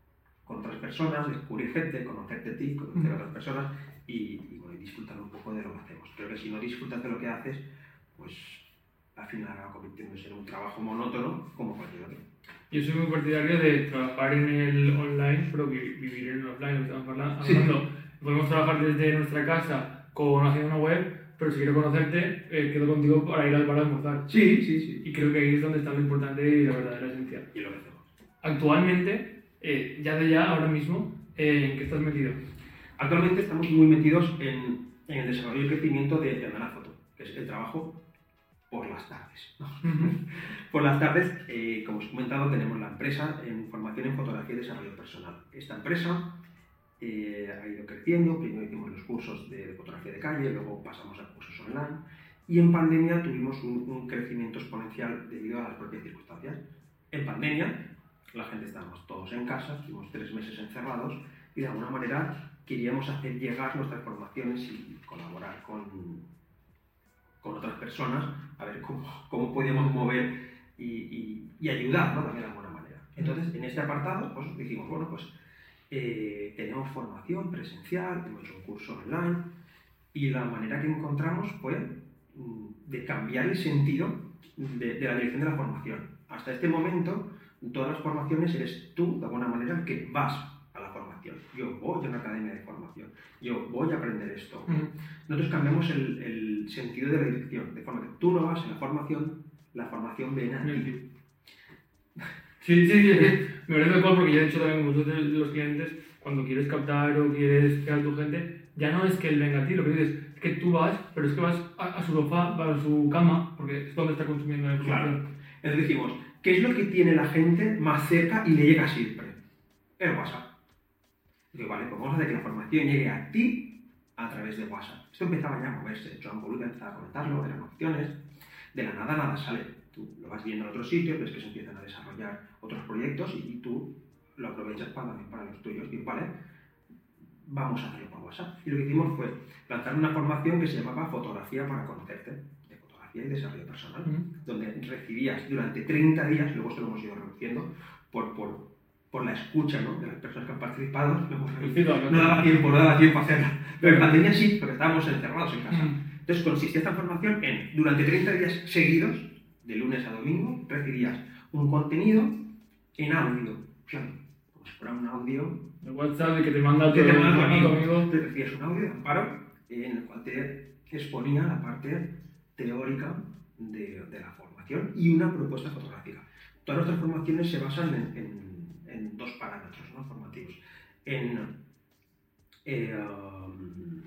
con otras personas, descubrir gente, conocerte a ti, conocer a otras personas y, y, bueno, y disfrutar un poco de lo que hacemos. Creo que si no disfrutas de lo que haces, pues al final acaba convirtiéndose en un trabajo monótono como cualquier otro. Yo soy muy partidario de trabajar en el online, pero vivir en el offline. Estamos hablando, sí. Podemos trabajar desde nuestra casa con haciendo una web, pero si quiero conocerte, eh, quedo contigo para ir al bar a almorzar. Sí, sí, sí. Y creo que ahí es donde está lo importante y la verdadera esencia. Y lo que hacemos. Actualmente, eh, ya de ya, ahora mismo, eh, ¿en qué estás metido? Actualmente estamos muy metidos en, en el desarrollo y crecimiento de Andana Foto, que es el trabajo por las tardes. ¿no? Por las tardes, eh, como os he comentado, tenemos la empresa en formación en fotografía y desarrollo personal. Esta empresa eh, ha ido creciendo. Primero hicimos los cursos de, de fotografía de calle, luego pasamos a cursos online, y en pandemia tuvimos un, un crecimiento exponencial debido a las propias circunstancias. En pandemia, la gente estábamos todos en casa, estuvimos tres meses encerrados, y de alguna manera queríamos hacer llegar nuestras formaciones y colaborar con, con otras personas a ver cómo, cómo podíamos mover y, y, y ayudar, ¿no? También de alguna manera. Entonces, en este apartado, pues dijimos, bueno, pues eh, tenemos formación presencial, hemos hecho un curso online y la manera que encontramos fue mm, de cambiar el sentido de, de la dirección de la formación. Hasta este momento, en todas las formaciones eres tú, de alguna manera, el que vas a la formación. Yo voy a una academia de formación, yo voy a aprender esto. Mm. Nosotros cambiamos el, el sentido de la dirección, de forma que tú no vas a la formación, la formación viene a ti. Sí, sí, sí, sí. Me parece mejor porque ya he dicho también muchos de los clientes, cuando quieres captar o quieres crear tu gente, ya no es que él venga a ti, lo que dices es que tú vas, pero es que vas a, a su sofá, vas a su cama, porque es donde está consumiendo la información. Claro. Entonces decimos, ¿qué es lo que tiene la gente más cerca y le llega siempre? El WhatsApp. Digo, vale, pues vamos a hacer que la información llegue a ti a través de WhatsApp. Esto empezaba ya a moverse. Joan Boluda empezaba a comentarlo, eran opciones. De la nada, nada sale. Tú lo vas viendo en otros sitios, ves que se empiezan a desarrollar otros proyectos y, y tú lo aprovechas para, para los tuyos. Digo, vale, vamos a hacerlo por WhatsApp. Y lo que hicimos fue lanzar una formación que se llamaba Fotografía para conocerte, de fotografía y desarrollo personal, Mm. donde recibías durante treinta días, luego esto lo hemos ido reduciendo, por, por, por la escucha, ¿no?, de las personas que han participado, lo hemos reducido. No daba tiempo, no daba tiempo a hacerla. Pero en pandemia sí, porque estábamos encerrados en casa. Mm. Entonces consistía esta formación en, durante treinta días seguidos, de lunes a domingo, recibías un contenido en audio, claro, como si fuera un audio El WhatsApp, el que te manda que te todo, manda tu tu amigo. amigo. Te recibías un audio de Amparo en el cual te exponía la parte teórica de, de la formación y una propuesta fotográfica. Todas nuestras formaciones se basan en, en, en dos parámetros, ¿no?, formativos. En eh, um,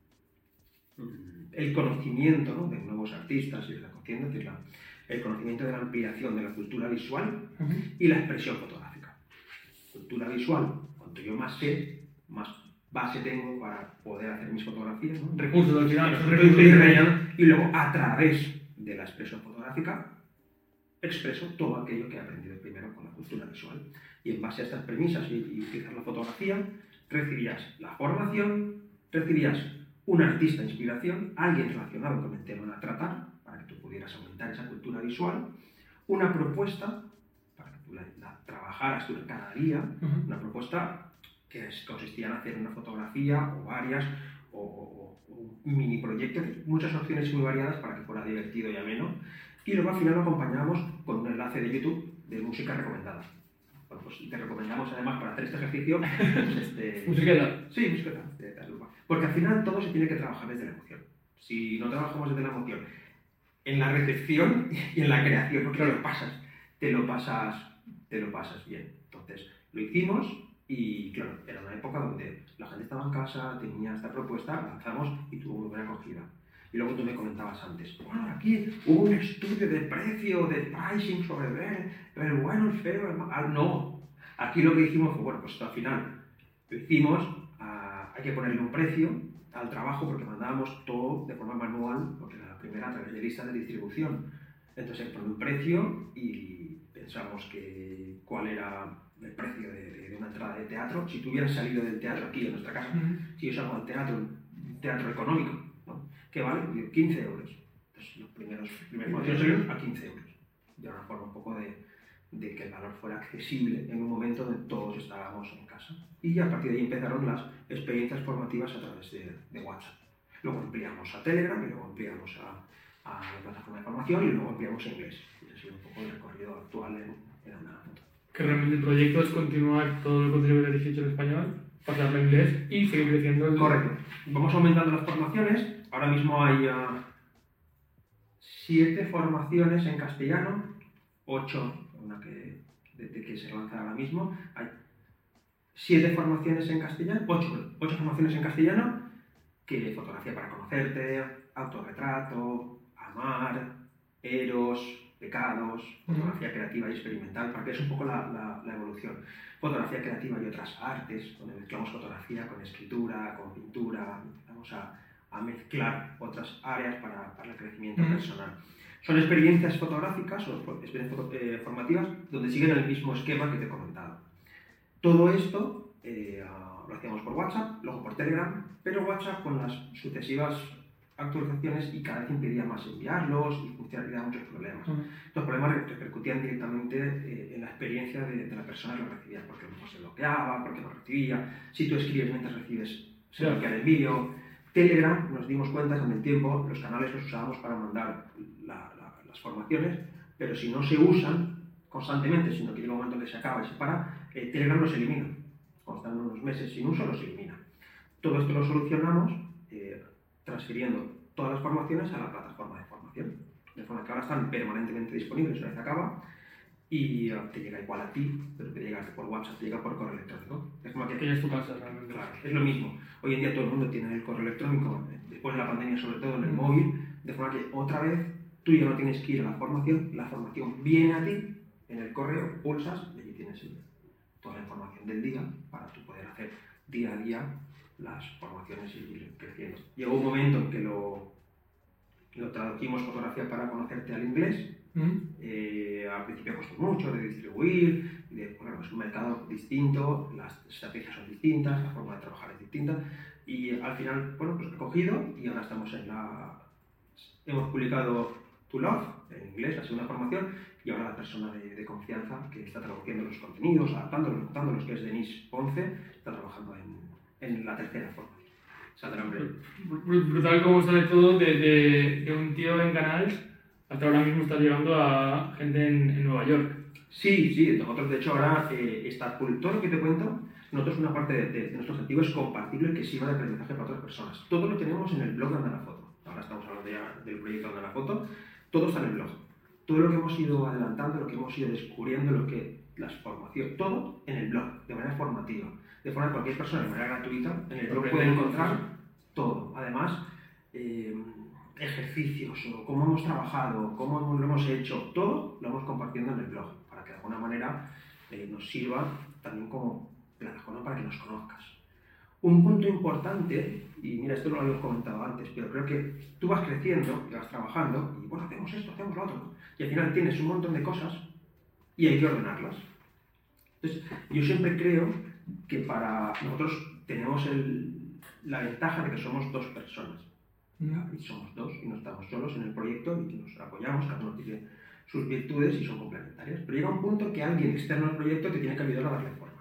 el conocimiento, ¿no?, de nuevos artistas y de la cocina, que es la, el conocimiento de la ampliación de la cultura visual Uh-huh. y la expresión fotográfica. Cultura visual, cuanto yo más sé, más base tengo para poder hacer mis fotografías, ¿no? Recursos al final, son Recursos recursos. rellenados. Y luego, a través de la expresión fotográfica, expreso todo aquello que he aprendido primero con la cultura visual. Y en base a estas premisas y, y utilizar la fotografía, recibías la formación, recibías un artista de inspiración, alguien relacionado con el tema a tratar, para que tú pudieras aumentar esa cultura visual, una propuesta, para que tú la, la trabajaras tú cada día, Uh-huh. una propuesta que es, consistía en hacer una fotografía o varias, o, o, o un mini proyecto, muchas opciones muy variadas para que fuera divertido y ameno. Y luego al final lo acompañamos con un enlace de YouTube de música recomendada. Bueno, pues te recomendamos además para hacer este ejercicio, pues este... Musiqueta. Sí, musiqueta, de la lupa. Porque al final todo se tiene que trabajar desde la emoción. Si no trabajamos desde la emoción, en la recepción y en la creación, porque te lo pasas, te lo pasas, te lo pasas bien. Entonces, lo hicimos y claro, era una época donde la gente estaba en casa, tenía esta propuesta, lanzamos y tuvo muy buena acogida. Y luego tú me comentabas antes, bueno, aquí hubo un estudio de precio, de pricing sobre ver, el bueno, el feo, el mal. No, aquí lo que hicimos fue, bueno, pues al final lo hicimos, uh, hay que ponerle un precio al trabajo porque mandábamos todo de forma manual, porque la primera a través de listas de distribución. Entonces hay que poner un precio y pensamos que cuál era el precio de, de, de una entrada de teatro. Si tú hubieras salido del teatro aquí en nuestra casa, Uh-huh. si yo salgo al teatro, un teatro económico, ¿no?, que vale quince euros. Entonces los primeros, primeros euros a quince euros. De una forma un poco de, de que el valor fuera accesible en un momento donde todos estábamos en casa. Y a partir de ahí empezaron las experiencias formativas a través de, de WhatsApp. Luego ampliamos a Telegram y luego ampliamos a, a la plataforma de formación y luego ampliamos a inglés. Y ha sido un poco el recorrido actual en, en una foto. Que realmente el proyecto es continuar todo el contenido que te he hecho en español, pasarlo a inglés y seguir creciendo. El... Correcto. Vamos aumentando las formaciones. Ahora mismo hay uh, siete formaciones en castellano, ocho, una que, de, de que se lanza ahora mismo. Hay siete formaciones en castellano, ocho, ocho formaciones en castellano, que fotografía para conocerte, autorretrato, amar, eros, pecados, fotografía creativa y experimental, porque es un poco la, la, la evolución. Fotografía creativa y otras artes, donde mezclamos fotografía con escritura, con pintura, vamos a, a mezclar otras áreas para, para el crecimiento Mm. personal. Son experiencias fotográficas o experiencias foto, eh, formativas donde siguen el mismo esquema que te he comentado. Todo esto eh, lo hacíamos por WhatsApp, luego por Telegram, pero WhatsApp con las sucesivas actualizaciones y cada vez impedía más enviarlos y funcionalidad muchos problemas. Uh-huh. Los problemas repercutían directamente eh, en la experiencia de, de la persona que lo recibía, porque a lo mejor se bloqueaba, porque no recibía. Si tú escribes mientras recibes, se bloquea el envío. Telegram, nos dimos cuenta que en el tiempo los canales los usábamos para mandar la, la, las formaciones, pero si no se usan constantemente, sino que llega un momento que se acaba y se para, eh, Telegram los elimina. Cuando están unos meses sin uso, los elimina. Todo esto lo solucionamos eh, transfiriendo todas las formaciones a la plataforma de formación. De forma que ahora están permanentemente disponibles una vez acaba y uh, te llega igual a ti, pero te llega por WhatsApp, te llega por correo electrónico. Es como que, que ya es tu casa realmente. Claro, es lo mismo. Hoy en día todo el mundo tiene el correo electrónico, después de la pandemia sobre todo en el mm. móvil, de forma que otra vez tú ya no tienes que ir a la formación, la formación viene a ti, en el correo pulsas y allí tienes el, toda la información del día para tú poder hacer día a día las formaciones y ir creciendo. Llegó un momento en que lo, lo tradujimos fotografía para conocerte al inglés. ¿Mm? Eh, al principio costó mucho de distribuir, de, bueno, es un mercado distinto, las estrategias son distintas, la forma de trabajar es distinta y al final, bueno, pues he cogido y ahora estamos en la... hemos publicado To Love en inglés, la segunda formación, y ahora la persona de, de confianza que está traduciendo los contenidos, adaptándolos, adaptándolos, que es Denise Ponce, está trabajando en, en la tercera formación. Saldrá en breve. Brutal cómo sale todo de, de, de un tío en Canals hasta ahora mismo está llegando a gente en, en Nueva York. Sí, sí, nosotros de hecho ahora eh, está, todo lo que te cuento, nosotros una parte de, de, de nuestro objetivo es compartirlo y que sirva de aprendizaje para otras personas. Todo lo tenemos en el blog de Anda la Foto. Ahora estamos hablando ya del proyecto Anda la Foto. Todo está en el blog. Todo lo que hemos ido adelantando, lo que hemos ido descubriendo, lo que las formaciones, todo en el blog, de manera formativa. De forma que cualquier persona de manera gratuita en el blog puede encontrar todo. Además, eh, ejercicios o cómo hemos trabajado, cómo lo hemos hecho, todo lo hemos compartiendo en el blog, para que de alguna manera eh, nos sirva también como plataforma para que nos conozcas. Un punto importante, y mira, esto no lo habíamos comentado antes, pero creo que tú vas creciendo y vas trabajando y bueno, hacemos esto, hacemos lo otro, y al final tienes un montón de cosas y hay que ordenarlas. Entonces, yo siempre creo que para nosotros tenemos el, la ventaja de que somos dos personas. Y somos dos y no estamos solos en el proyecto y nos apoyamos, cada uno tiene sus virtudes y son complementarias. Pero llega un punto que alguien externo al proyecto te tiene que ayudar a darle forma.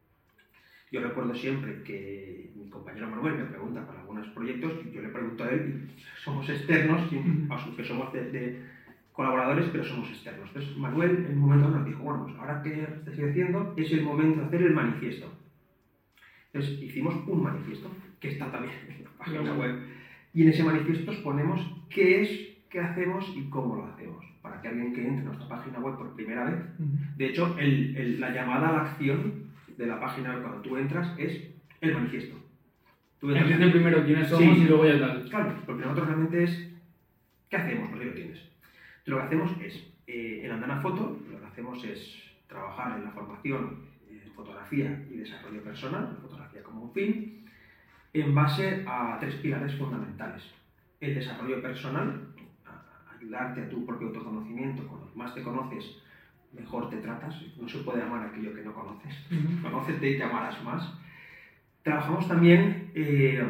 Yo recuerdo siempre que mi compañero Manuel me pregunta para algunos proyectos y yo le pregunto a él, y somos externos, aunque somos de, de colaboradores, pero somos externos. Entonces Manuel en un momento nos dijo, bueno, pues ahora que estáis haciendo es el momento de hacer el manifiesto. Entonces hicimos un manifiesto que está también en la página web. Y en ese manifiesto ponemos qué es, qué hacemos y cómo lo hacemos, para que alguien que entre en nuestra página web por primera vez, de hecho, el, el, la llamada a la acción de la página web cuando tú entras es el manifiesto. Tú entras, entiendes primero quiénes somos, sí, y luego ya tal. Claro, porque nosotros realmente es, ¿qué hacemos? Pues ahí lo tienes. Entonces, lo que hacemos es, eh, en Anda la Foto, lo que hacemos es trabajar en la formación en fotografía y desarrollo personal, fotografía como un fin, en base a tres pilares fundamentales. El desarrollo personal, a ayudarte a tu propio autoconocimiento. Cuando más te conoces, mejor te tratas. No se puede amar aquello que no conoces. Uh-huh. Conócete y te amarás más. Trabajamos también eh,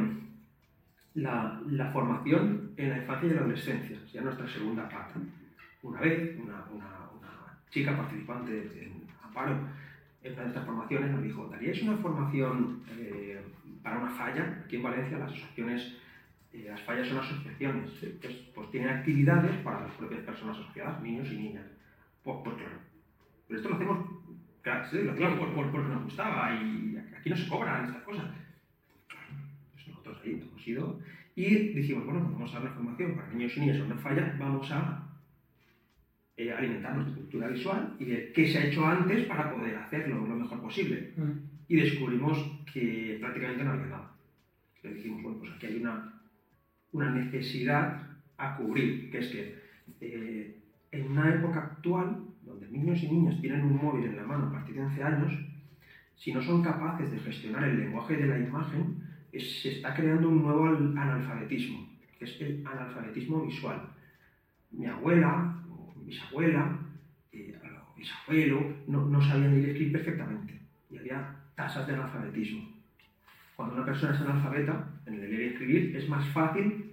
la, la formación en la infancia y la adolescencia, ya nuestra segunda pata. Una vez, una, una, una chica participante en Amparo, en una de estas formaciones nos dijo, ¿daríais una formación eh, para una falla? Aquí en Valencia las asociaciones, eh, las fallas son asociaciones, ¿sí? pues, pues tienen actividades para las propias personas asociadas, niños y niñas. Pues, pues claro, pero esto lo hacemos, claro, sí, lo hacemos por, por, porque nos gustaba y aquí no se cobran estas cosas. Claro, pues nosotros ahí hemos ido y dijimos, bueno, pues vamos a dar la formación para niños y niñas en una falla, vamos a Eh, alimentar nuestra cultura visual y de qué se ha hecho antes para poder hacerlo lo mejor posible. Mm. Y descubrimos que prácticamente no había nada. Le dijimos, bueno, pues aquí hay una, una necesidad a cubrir, que es que eh, en una época actual, donde niños y niñas tienen un móvil en la mano a partir de once años, si no son capaces de gestionar el lenguaje de la imagen, es, se está creando un nuevo analfabetismo, que es el analfabetismo visual. Mi abuela, bisabuela, eh, bisabuelo, no, no sabían leer y escribir perfectamente. Y había tasas de analfabetismo. Cuando una persona es analfabeta, en el leer y escribir es más fácil que lo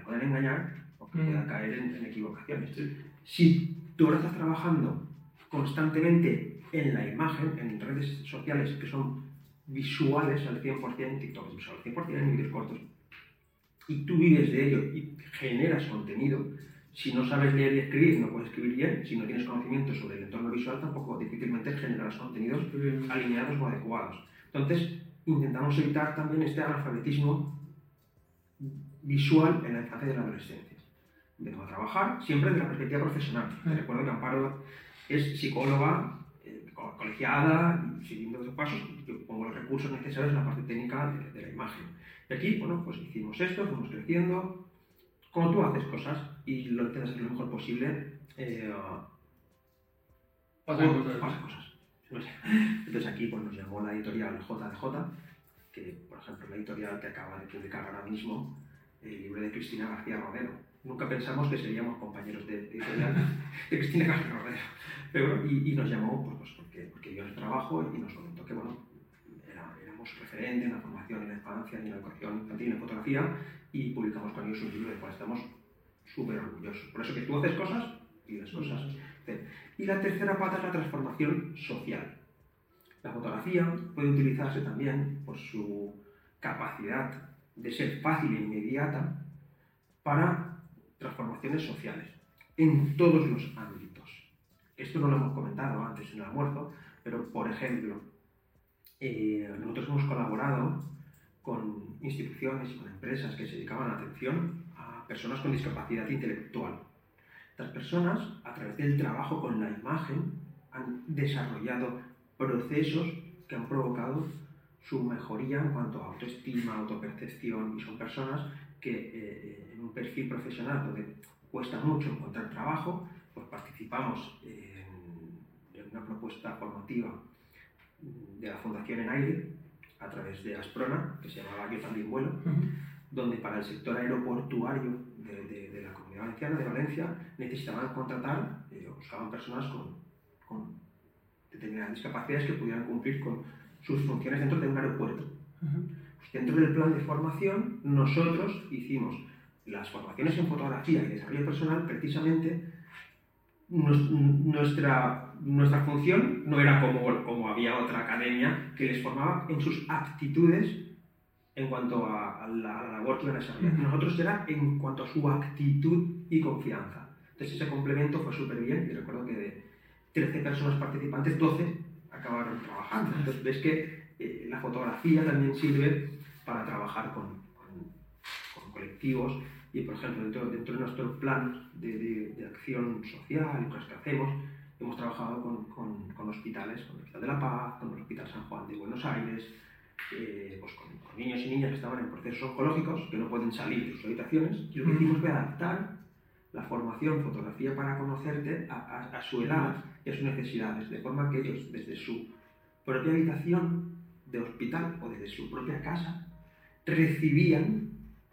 pueden engañar o que Mm. pueda caer en, en equivocaciones. Sí. Si tú ahora estás trabajando constantemente en la imagen, en redes sociales que son visuales al cien por ciento, TikTok es visual al cien por ciento, en vídeos cortos, y tú vives de ello y generas contenido, si no sabes leer y escribir, no puedes escribir bien, si no tienes conocimiento sobre el entorno visual, tampoco difícilmente generarás contenidos alineados o adecuados. Entonces, intentamos evitar también este analfabetismo visual en la infancia y en la adolescencia. Vengo a trabajar siempre desde la perspectiva profesional. Me recuerdo que Amparo es psicóloga, eh, colegiada, y siguiendo esos pasos, yo pongo los recursos necesarios en la parte técnica de, de la imagen. Y aquí, bueno, pues hicimos esto, fuimos creciendo. Como tú haces cosas y lo intentas hacer lo mejor posible, eh, pasan bueno, cosas. pasan cosas. No sé. Entonces aquí pues, nos llamó la editorial J D J, que por ejemplo la editorial que acaba de publicar ahora mismo el libro de Cristina García Rodero. Nunca pensamos que seríamos compañeros de, de editorial de Cristina García Rodero. Pero bueno, y, y nos llamó pues, pues porque, porque vio el trabajo y nos comentó que bueno, era, éramos referentes en la formación en la infancia, en la educación infantil, en la fotografía, y publicamos con ellos un libro del cual estamos súper orgullosos. Por eso que tú haces cosas y las cosas. Y la tercera pata es la transformación social. La fotografía puede utilizarse también por su capacidad de ser fácil e inmediata para transformaciones sociales en todos los ámbitos. Esto no lo hemos comentado antes en el almuerzo, pero por ejemplo, eh, nosotros hemos colaborado con instituciones y con empresas que se dedicaban a la atención a personas con discapacidad intelectual. Estas personas, a través del trabajo con la imagen, han desarrollado procesos que han provocado su mejoría en cuanto a autoestima, autopercepción, y son personas que eh, en un perfil profesional donde cuesta mucho encontrar trabajo, pues participamos en, en una propuesta formativa de la Fundación ENAIRE a través de Asprona, que se llamaba Yo también vuelo, uh-huh. donde para el sector aeroportuario de, de, de la Comunidad Valenciana, de Valencia, necesitaban contratar, eh, buscaban personas con, con determinadas discapacidades que pudieran cumplir con sus funciones dentro de un aeropuerto. Uh-huh. Pues dentro del plan de formación, nosotros hicimos las formaciones en fotografía y desarrollo personal. Precisamente nuestra, nuestra función no era como, como había otra academia que les formaba en sus aptitudes en cuanto a, a, la, a la labor que iban a desarrollar. Uh-huh. Nosotros era en cuanto a su actitud y confianza. Entonces ese complemento fue súper bien, y recuerdo que de trece personas participantes, doce acabaron trabajando. Entonces ves que eh, la fotografía también sirve para trabajar con, con, con colectivos. Y por ejemplo, dentro, dentro de nuestro plan de, de, de acción social y cosas que hacemos, hemos trabajado con, con, con hospitales, con el Hospital de la Paz, con el Hospital San Juan de Buenos Aires, eh, pues con, con niños y niñas que estaban en procesos oncológicos, que no pueden salir de sus habitaciones, y lo que hicimos fue adaptar la formación Fotografía para Conocerte a, a, a su edad y a sus necesidades, de forma que ellos desde su propia habitación de hospital o desde su propia casa recibían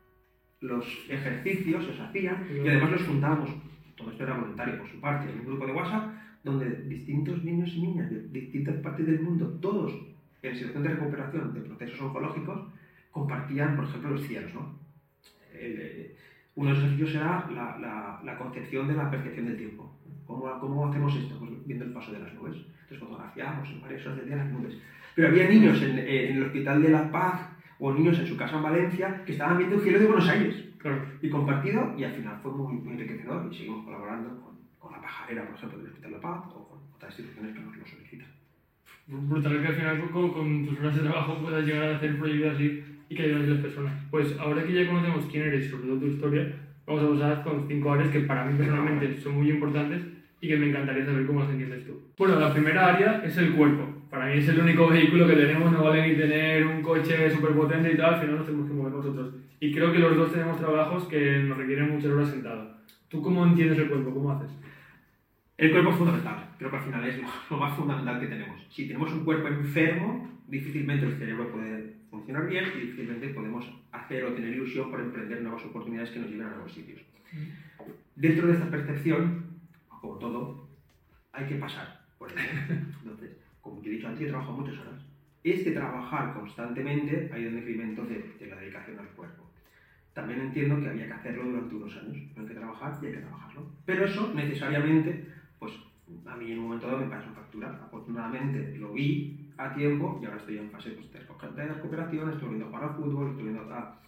los ejercicios, los hacían, y además los juntábamos, todo esto era voluntario por su parte, en un grupo de WhatsApp donde distintos niños y niñas de distintas partes del mundo, todos en situación de recuperación de procesos oncológicos, compartían, por ejemplo, los cielos, ¿no? El, eh, uno de los ejercicios era la, la, la concepción de la percepción del tiempo. ¿Cómo, cómo hacemos esto? Pues viendo el paso de las nubes. Entonces fotografiamos en varias horas del día las nubes. Pero había niños en, en el Hospital de la Paz o niños en su casa en Valencia que estaban viendo el cielo de Buenos Aires. Claro. Y compartido, y al final fue muy, muy enriquecedor, y seguimos colaborando con, con la pajarera, por ejemplo, del Hospital de la Paz, o con otras instituciones que nos lo solicitan. Brutal que al final con, con tus horas de trabajo puedas llegar a hacer proyectos así y que ayuden a las personas. Pues ahora que ya conocemos quién eres y sobre todo tu historia, vamos a pasar con cinco áreas que para mí personalmente son muy importantes y que me encantaría saber cómo las entiendes tú. Bueno, la primera área es el cuerpo. Para mí es el único vehículo que tenemos, no vale ni tener un coche súper potente y tal, al final nos tenemos que mover nosotros. Y creo que los dos tenemos trabajos que nos requieren muchas horas sentados. ¿Tú cómo entiendes el cuerpo? ¿Cómo haces? El cuerpo es fundamental, creo que al final es lo más fundamental que tenemos. Si tenemos un cuerpo enfermo, difícilmente el cerebro puede funcionar bien y difícilmente podemos hacer o tener ilusión por emprender nuevas oportunidades que nos lleven a nuevos sitios. Mm. Dentro de esta percepción, como todo, hay que pasar por ello. Entonces, como te he dicho antes, yo trabajo muchas horas. Este trabajar constantemente ha ido en decremento de, de la dedicación al cuerpo. también entiendo que había que hacerlo durante unos años. Hay que trabajar y hay que trabajarlo. Pero eso necesariamente, pues a mí en un momento dado me pasó factura. Afortunadamente lo vi a tiempo y ahora estoy en fase pues, de recuperación, estoy viendo a jugar al fútbol, estoy viendo a,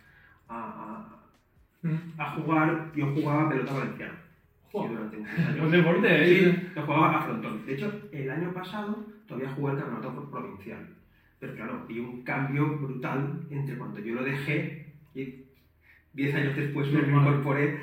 a, a, a jugar. Yo jugaba pelota valenciana. Oh, durante muchos años. Un deporte, ¿eh? Sí, yo jugaba a frontón. De hecho, el año pasado todavía jugué el campeonato provincial. Pero claro, vi un cambio brutal entre cuando yo lo dejé y diez años después me incorporé.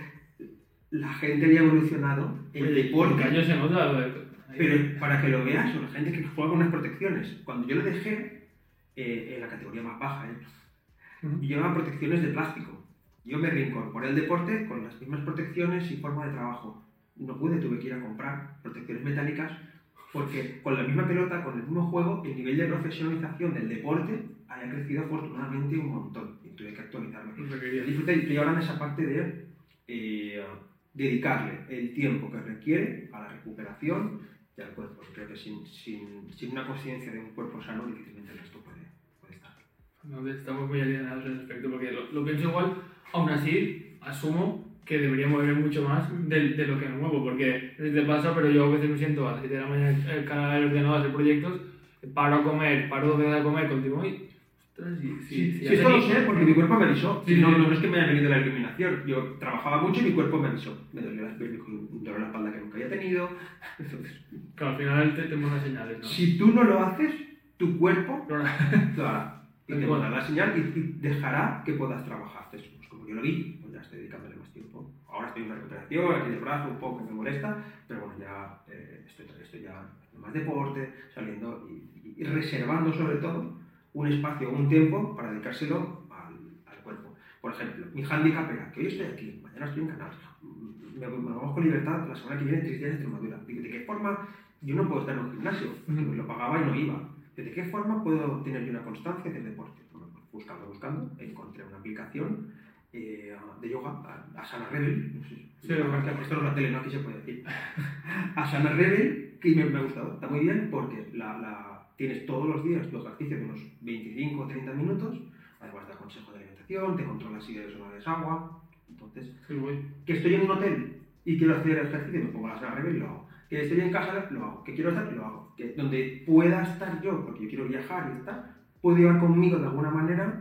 La gente había evolucionado, el deporte. El se nota. Pero para que lo veas, la gente que juega con unas protecciones. Cuando yo lo dejé, eh, en la categoría más baja, ¿eh? Uh-huh. Llevaba protecciones de plástico. Yo me reincorporé al deporte con las mismas protecciones y forma de trabajo. No pude, tuve que ir a comprar protecciones metálicas porque con la misma pelota, con el mismo juego, el nivel de profesionalización del deporte había crecido afortunadamente un montón y tuve que actualizarme. Disfruté y ahora en esa parte de eh, dedicarle el tiempo que requiere a la recuperación y al cuerpo. Creo que sin, sin, sin una conciencia de un cuerpo sano difícilmente el resto puede, puede estar. No, estamos muy alienados en ese aspecto porque lo, lo pienso igual, aún así asumo que debería mover mucho más de, de lo que me muevo, porque no sé si te pasa, pero yo a veces me siento a las siete de la mañana en el canal del ordenador a hacer proyectos, paro a comer, paro dos veces a comer, continúo y... Ostras, sí, sí, sí, sí, esto lo sé porque mi cuerpo me avisó. Sí, no, no, no es que me haya venido la iluminación, yo trabajaba mucho y mi cuerpo me avisó. Me dolía las piernas con un dolor en la espalda que nunca había tenido. Entonces, claro, al final te, te muestran señales, ¿no? Si tú no lo haces, tu cuerpo lo hará. Y te mandará la señal y, y dejará que puedas trabajar. Entonces, pues como yo lo vi, pues ya estoy dedicándole más tiempo. Ahora estoy en una recuperación, aquí de brazo un poco me molesta, pero bueno, ya eh, estoy, estoy ya haciendo más deporte, saliendo y, y, y reservando sobre todo un espacio, un tiempo para dedicárselo al, al cuerpo. Por ejemplo, mi handicap era que hoy estoy aquí, mañana estoy en Canarias, me, me vamos con libertad, la semana que viene tres días de Extremadura. Digo, ¿de qué forma? Yo no puedo estar en un gimnasio, porque lo pagaba y no iba. ¿De qué forma puedo tener yo una constancia del deporte? Bueno, pues buscando, buscando, encontré una aplicación eh, de yoga, Asana Rebel, no sé, sí, esto no es la tele, no, aquí se puede decir. Asana Rebel, que me, me ha gustado, está muy bien porque la, la, tienes todos los días tu ejercicio de unos veinticinco o treinta minutos, además de consejo de alimentación, te controla si eres o no eres agua, entonces, sí, que estoy en un hotel y quiero hacer ejercicio, me pongo la Asana Rebel y lo hago. Que estoy en casa, lo hago. Que quiero estar, lo hago. Que donde pueda estar yo, porque yo quiero viajar y estar, puedo llevar conmigo de alguna manera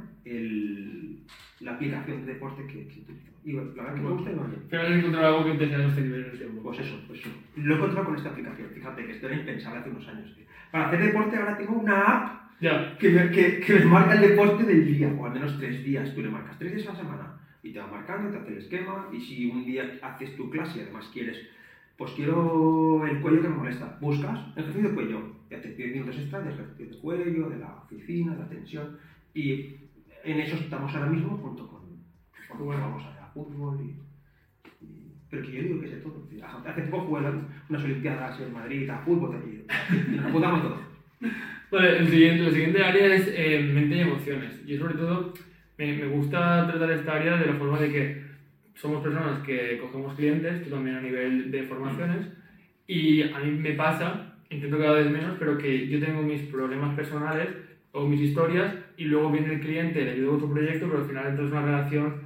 el, la aplicación de deporte que, que utilizo. Y la verdad que me gusta y me vale. Pero has encontrado algo que te sea sostenible en el tiempo. Pues eso, pues eso. Lo he encontrado con esta aplicación. Fíjate que esto era impensable hace unos años. Para hacer deporte ahora tengo una app ya. que, me, que, que me marca el deporte del día, o al menos tres días. Tú le marcas tres días a la semana y te va marcando, te hace el esquema. Y si un día haces tu clase y además quieres... Pues quiero el cuello que me molesta. Buscas ejercicio de cuello. Ya te piden minutos extras de ejercicio de cuello, de la oficina, de la tensión. Y en eso estamos ahora mismo junto con... Cuando bueno. Vamos a fútbol y, y... Pero que yo digo que sé todo. Hace poco jugué unas olimpiadas en Madrid a fútbol y, y nos apuntamos todo. Vale, el siguiente, la siguiente área es eh, mente y emociones. Yo sobre todo me, me gusta tratar esta área de la forma de que somos personas que cogemos clientes, tú también a nivel de formaciones, y a mí me pasa, intento cada vez menos, pero que yo tengo mis problemas personales o mis historias y luego viene el cliente, le ayudo con su proyecto, pero al final entra en una relación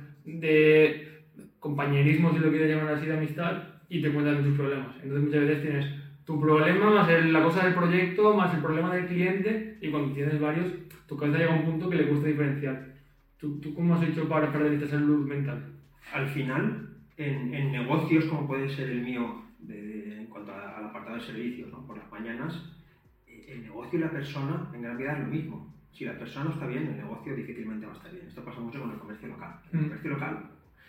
de compañerismo, si lo quieres llamar así, de amistad, y te cuentan tus problemas. Entonces muchas veces tienes tu problema más el, la cosa del proyecto, más el problema del cliente, y cuando tienes varios, tu cabeza llega a un punto que le cuesta diferenciar. ¿Tú, tú cómo has hecho para perder esta salud mental? Al final, en, en negocios como puede ser el mío, de, de, en cuanto a, al apartado de servicios, ¿no? Por las mañanas, el negocio y la persona en gran medida es lo mismo. Si la persona no está bien, el negocio difícilmente va a estar bien. Esto pasa mucho con el comercio local. El comercio local,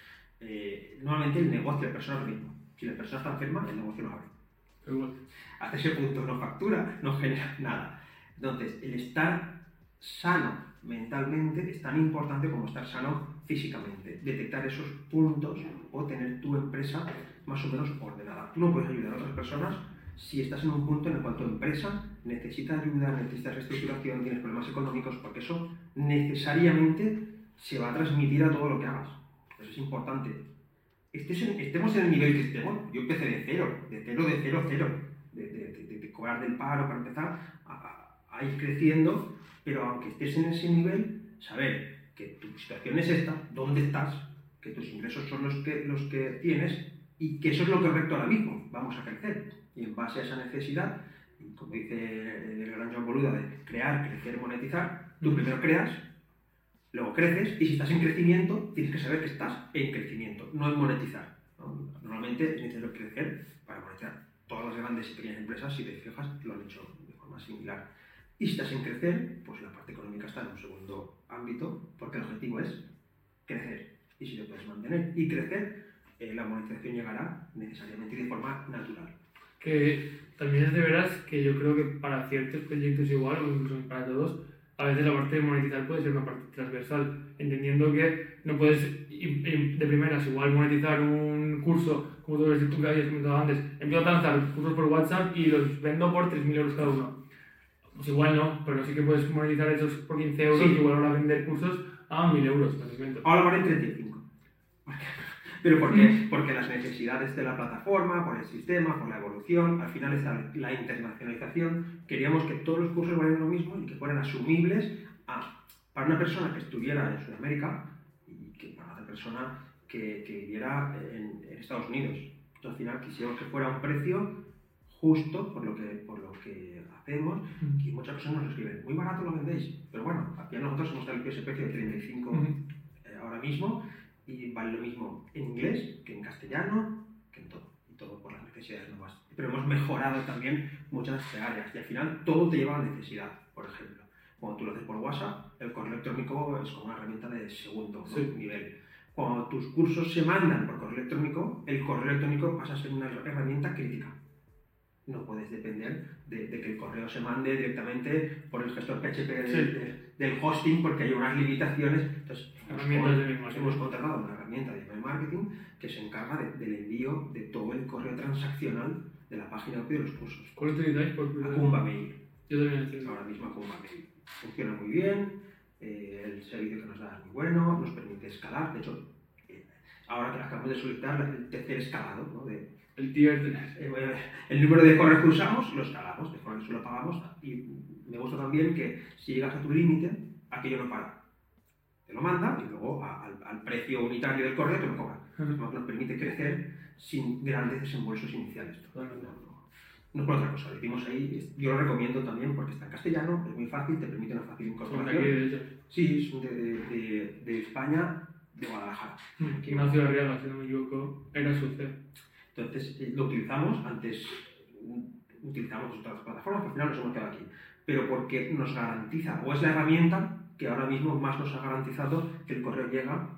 eh, normalmente el negocio y la persona es lo mismo. Si la persona está enferma, el negocio no abre. Bueno. Hasta ese punto no factura, no genera nada. Entonces, el estar sano mentalmente es tan importante como estar sano físicamente. Detectar esos puntos o tener tu empresa más o menos ordenada. Tú no puedes ayudar a otras personas si estás en un punto en el cual tu empresa necesita ayuda, necesita reestructuración, tienes problemas económicos, porque eso necesariamente se va a transmitir a todo lo que hagas. Eso es importante. Estés en, estemos en el nivel que estemos. Yo empecé de cero, de cero, de cero, cero. De, de, de, de cobrar del paro para empezar a, a, a ir creciendo. Pero aunque estés en ese nivel, saber que tu situación es esta, dónde estás que tus ingresos son los que, los que tienes y que eso es lo correcto ahora mismo, vamos a crecer. Y en base a esa necesidad, como dice el gran Joan Boluda, de crear, crecer, monetizar, tú primero creas, luego creces y si estás en crecimiento, tienes que saber que estás en crecimiento, no en monetizar, ¿no? Normalmente es necesario crecer para monetizar. Todas las grandes y pequeñas empresas, si te fijas, lo han hecho de forma similar. Y si estás en crecer, pues la parte económica está en un segundo ámbito, porque el objetivo es crecer. Y si te puedes mantener y crecer, eh, la monetización llegará necesariamente y de forma natural. Que también es de veras que yo creo que para ciertos proyectos igual, o incluso para todos, a veces la parte de monetizar puede ser una parte transversal, entendiendo que no puedes de primeras igual monetizar un curso, como tú habías comentado antes, empiezo a lanzar cursos por WhatsApp y los vendo por tres mil euros cada uno. Pues igual no, pero sí que puedes monetizar esos por quince euros, sí. Igual ahora vender cursos a mil euros. Ahora valen treinta y cinco. ¿Pero por qué? Porque las necesidades de la plataforma, por el sistema, por la evolución, al final está la internacionalización. Queríamos que todos los cursos valieran lo mismo y que fueran asumibles a, para una persona que estuviera en Sudamérica y que para otra persona que, que viviera en, en Estados Unidos. Entonces, al final quisimos que fuera un precio justo por lo que, por lo que hacemos, y muchas personas nos escriben, muy barato lo vendéis, pero bueno, aquí nosotros hemos traído ese precio de treinta y cinco uh-huh. eh, ahora mismo, y vale lo mismo en inglés que en castellano, que en todo, y todo por las necesidades nuevas. Pero hemos mejorado también muchas áreas, y al final todo te lleva a la necesidad. Por ejemplo, cuando tú lo haces por WhatsApp, el correo electrónico es como una herramienta de segundo, ¿no? Sí. nivel. Cuando tus cursos se mandan por correo electrónico, el correo electrónico pasa a ser una herramienta crítica. No puedes depender de, de que el correo se mande directamente por el gestor P H P de, sí. de, del hosting, porque hay unas limitaciones. Entonces, hemos, hemos contratado una herramienta de email marketing que se encarga de, del envío de todo el correo transaccional de la página web de los cursos. ¿Cuál utilizáis por Akumba Mail. Yo también entiendo. Ahora mismo Akumba Mail. Funciona muy bien, eh, el servicio que nos da es muy bueno, nos permite escalar. De hecho, eh, ahora que acabamos de solicitar el tercer escalado, ¿no? de, El tier eh, el número de correos que usamos lo escalamos, de forma que solo pagamos, y me gusta también que si llegas a tu límite, aquello no para. Te lo manda y luego a, al, al precio unitario del correo te lo cobra. Uh-huh. Nos permite crecer sin grandes desembolsos iniciales. Uh-huh. No, no, no por otra cosa, lo hicimos ahí, yo lo recomiendo también porque está en castellano, es muy fácil, te permite una fácil incorporación. Sí, son de, de, de, de España, de Guadalajara. Uh-huh. Ignacio Arriaga, si no me equivoco, era su C E O. Entonces, eh, lo utilizamos, antes utilizamos otras plataformas, pero al final nos hemos quedado aquí. Pero porque nos garantiza, o es la herramienta que ahora mismo más nos ha garantizado que el correo llega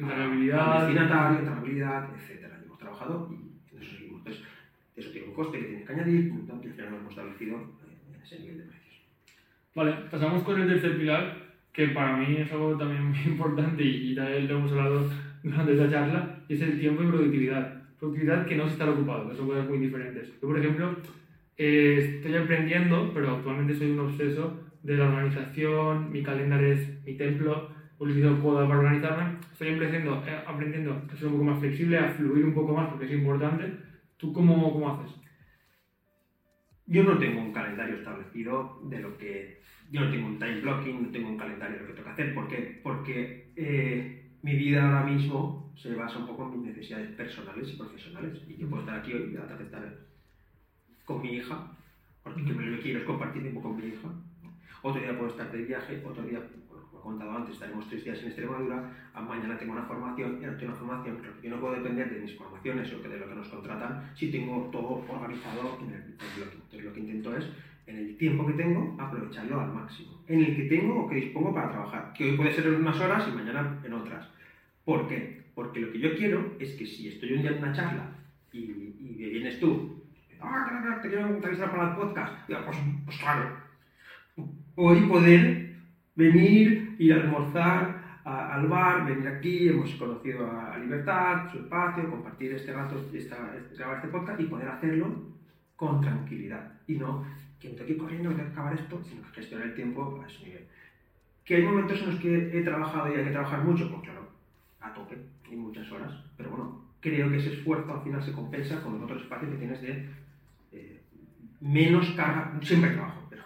al destinatario, entrabilidad, etcétera. Hemos trabajado y en eso seguimos. Entonces, eso tiene un coste que tienes que añadir, y al final lo hemos establecido en ese nivel de precios. Vale, pasamos con el tercer pilar, que para mí es algo también muy importante y, y también lo hemos hablado durante esta charla, y es el tiempo y productividad. Productividad que no es estar ocupado, que son cosas muy diferentes. Yo, por ejemplo, eh, estoy emprendiendo, pero actualmente soy un obseso de la organización, mi calendario es mi templo, utilizo Coda para organizarme. Estoy aprendiendo, eh, aprendiendo a ser un poco más flexible, a fluir un poco más porque es importante. ¿Tú cómo, cómo haces? Yo no tengo un calendario establecido de lo que... Yo no tengo un time blocking, no tengo un calendario de lo que tengo que hacer. ¿Por qué? Porque eh, mi vida ahora mismo se basa un poco en mis necesidades personales y profesionales. Y yo puedo estar aquí hoy y tratar de estar con mi hija, porque lo que quiero es compartir tiempo con mi hija. Otro día puedo estar de viaje, otro día, bueno, como he contado antes, estaremos tres días en Extremadura, a mañana tengo una formación, y ahora tengo una formación, pero yo no puedo depender de mis formaciones o de lo que nos contratan si tengo todo organizado en el, en el bloque. Entonces lo que intento es, en el tiempo que tengo, aprovecharlo al máximo. En el que tengo o que dispongo para trabajar, que hoy puede ser en unas horas y mañana en otras. ¿Por qué? Porque lo que yo quiero es que si estoy un día en una charla y, y me vienes tú, ah, te quiero entrevistar para el podcast, digo, pues, pues claro, hoy poder venir, ir a almorzar a, al bar, venir aquí, hemos conocido a, a Libertad, su espacio, compartir este rato, esta, este, grabar este podcast y poder hacerlo con tranquilidad. Y no que me tengo que ir corriendo, que tengo que acabar esto, sino gestionar el tiempo a ese nivel. ¿Que hay momentos en los que he trabajado y hay que trabajar mucho? Pues claro, a tope, en muchas horas. Pero bueno, creo que ese esfuerzo al final se compensa con los otros espacios que tienes de eh, menos carga, siempre trabajo, pero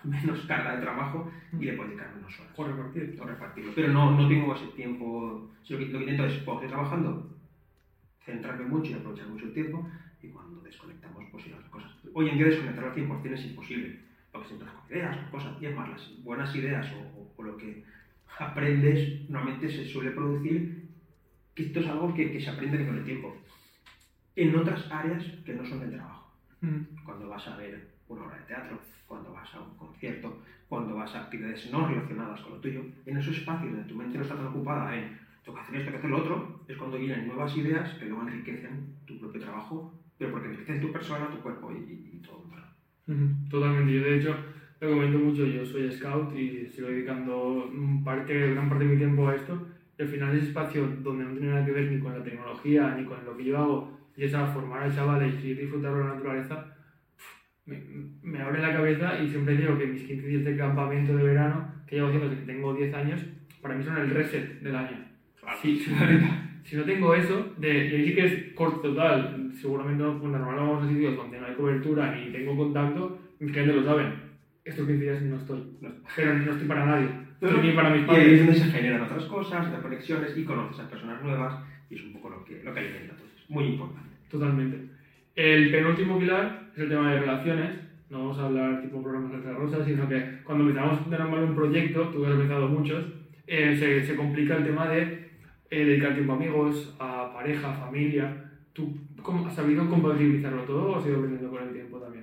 menos carga de trabajo y le puedo dedicar menos horas. O repartir. O repartirlo. Pero no, no tengo ese tiempo. Si lo, que, lo que intento es, cuando estoy trabajando, centrarme mucho y aprovechar mucho el tiempo, y cuando desconectamos, pues ir a otras cosas. Hoy en día desconectar al cien por ciento es imposible, porque siempre con ideas, con cosas, y es más, las buenas ideas o, o, o lo que aprendes normalmente se suele producir, que esto es algo que, que se aprende con el tiempo, en otras áreas que no son del trabajo. Mm. Cuando vas a ver una obra de teatro, cuando vas a un concierto, cuando vas a actividades no relacionadas con lo tuyo, en esos espacios donde tu mente no está tan ocupada en tengo que hacer esto, tengo que hacer lo otro, es cuando vienen nuevas ideas que luego enriquecen tu propio trabajo, pero porque enriquecen tu persona, tu cuerpo y, y, y todo. Mm, totalmente. Yo, de hecho, lo comento mucho, yo soy scout y sigo dedicando parte, gran parte de mi tiempo a esto, y al final ese espacio donde no tiene nada que ver ni con la tecnología, ni con lo que yo hago, y es a formar al chaval y disfrutar de la naturaleza, me, me abre la cabeza, y siempre digo que mis quince días de campamento de verano, que llevo haciendo desde que tengo diez años, para mí son el reset del año. Sí, si, si no tengo eso, de, y ahí sí que es corto total, seguramente no, pues normal vamos a sitios donde no hay cobertura ni tengo contacto, mis clientes lo saben, estos quince días no estoy, no, pero no estoy para nadie, pero, ni para mis padres. Y ahí es donde se generan otras cosas, otras conexiones, y conoces a personas nuevas, y es un poco lo que, lo que alimenta, entonces, muy importante. Totalmente. El penúltimo pilar es el tema de relaciones. No vamos a hablar tipo programas de rosa, sino que cuando empezamos de normal un proyecto, tú has empezado muchos, eh, se, se complica el tema de Eh, dedicar tiempo a amigos, a pareja, familia. ¿Tú cómo, has sabido compatibilizarlo todo o has ido aprendiendo con el tiempo también?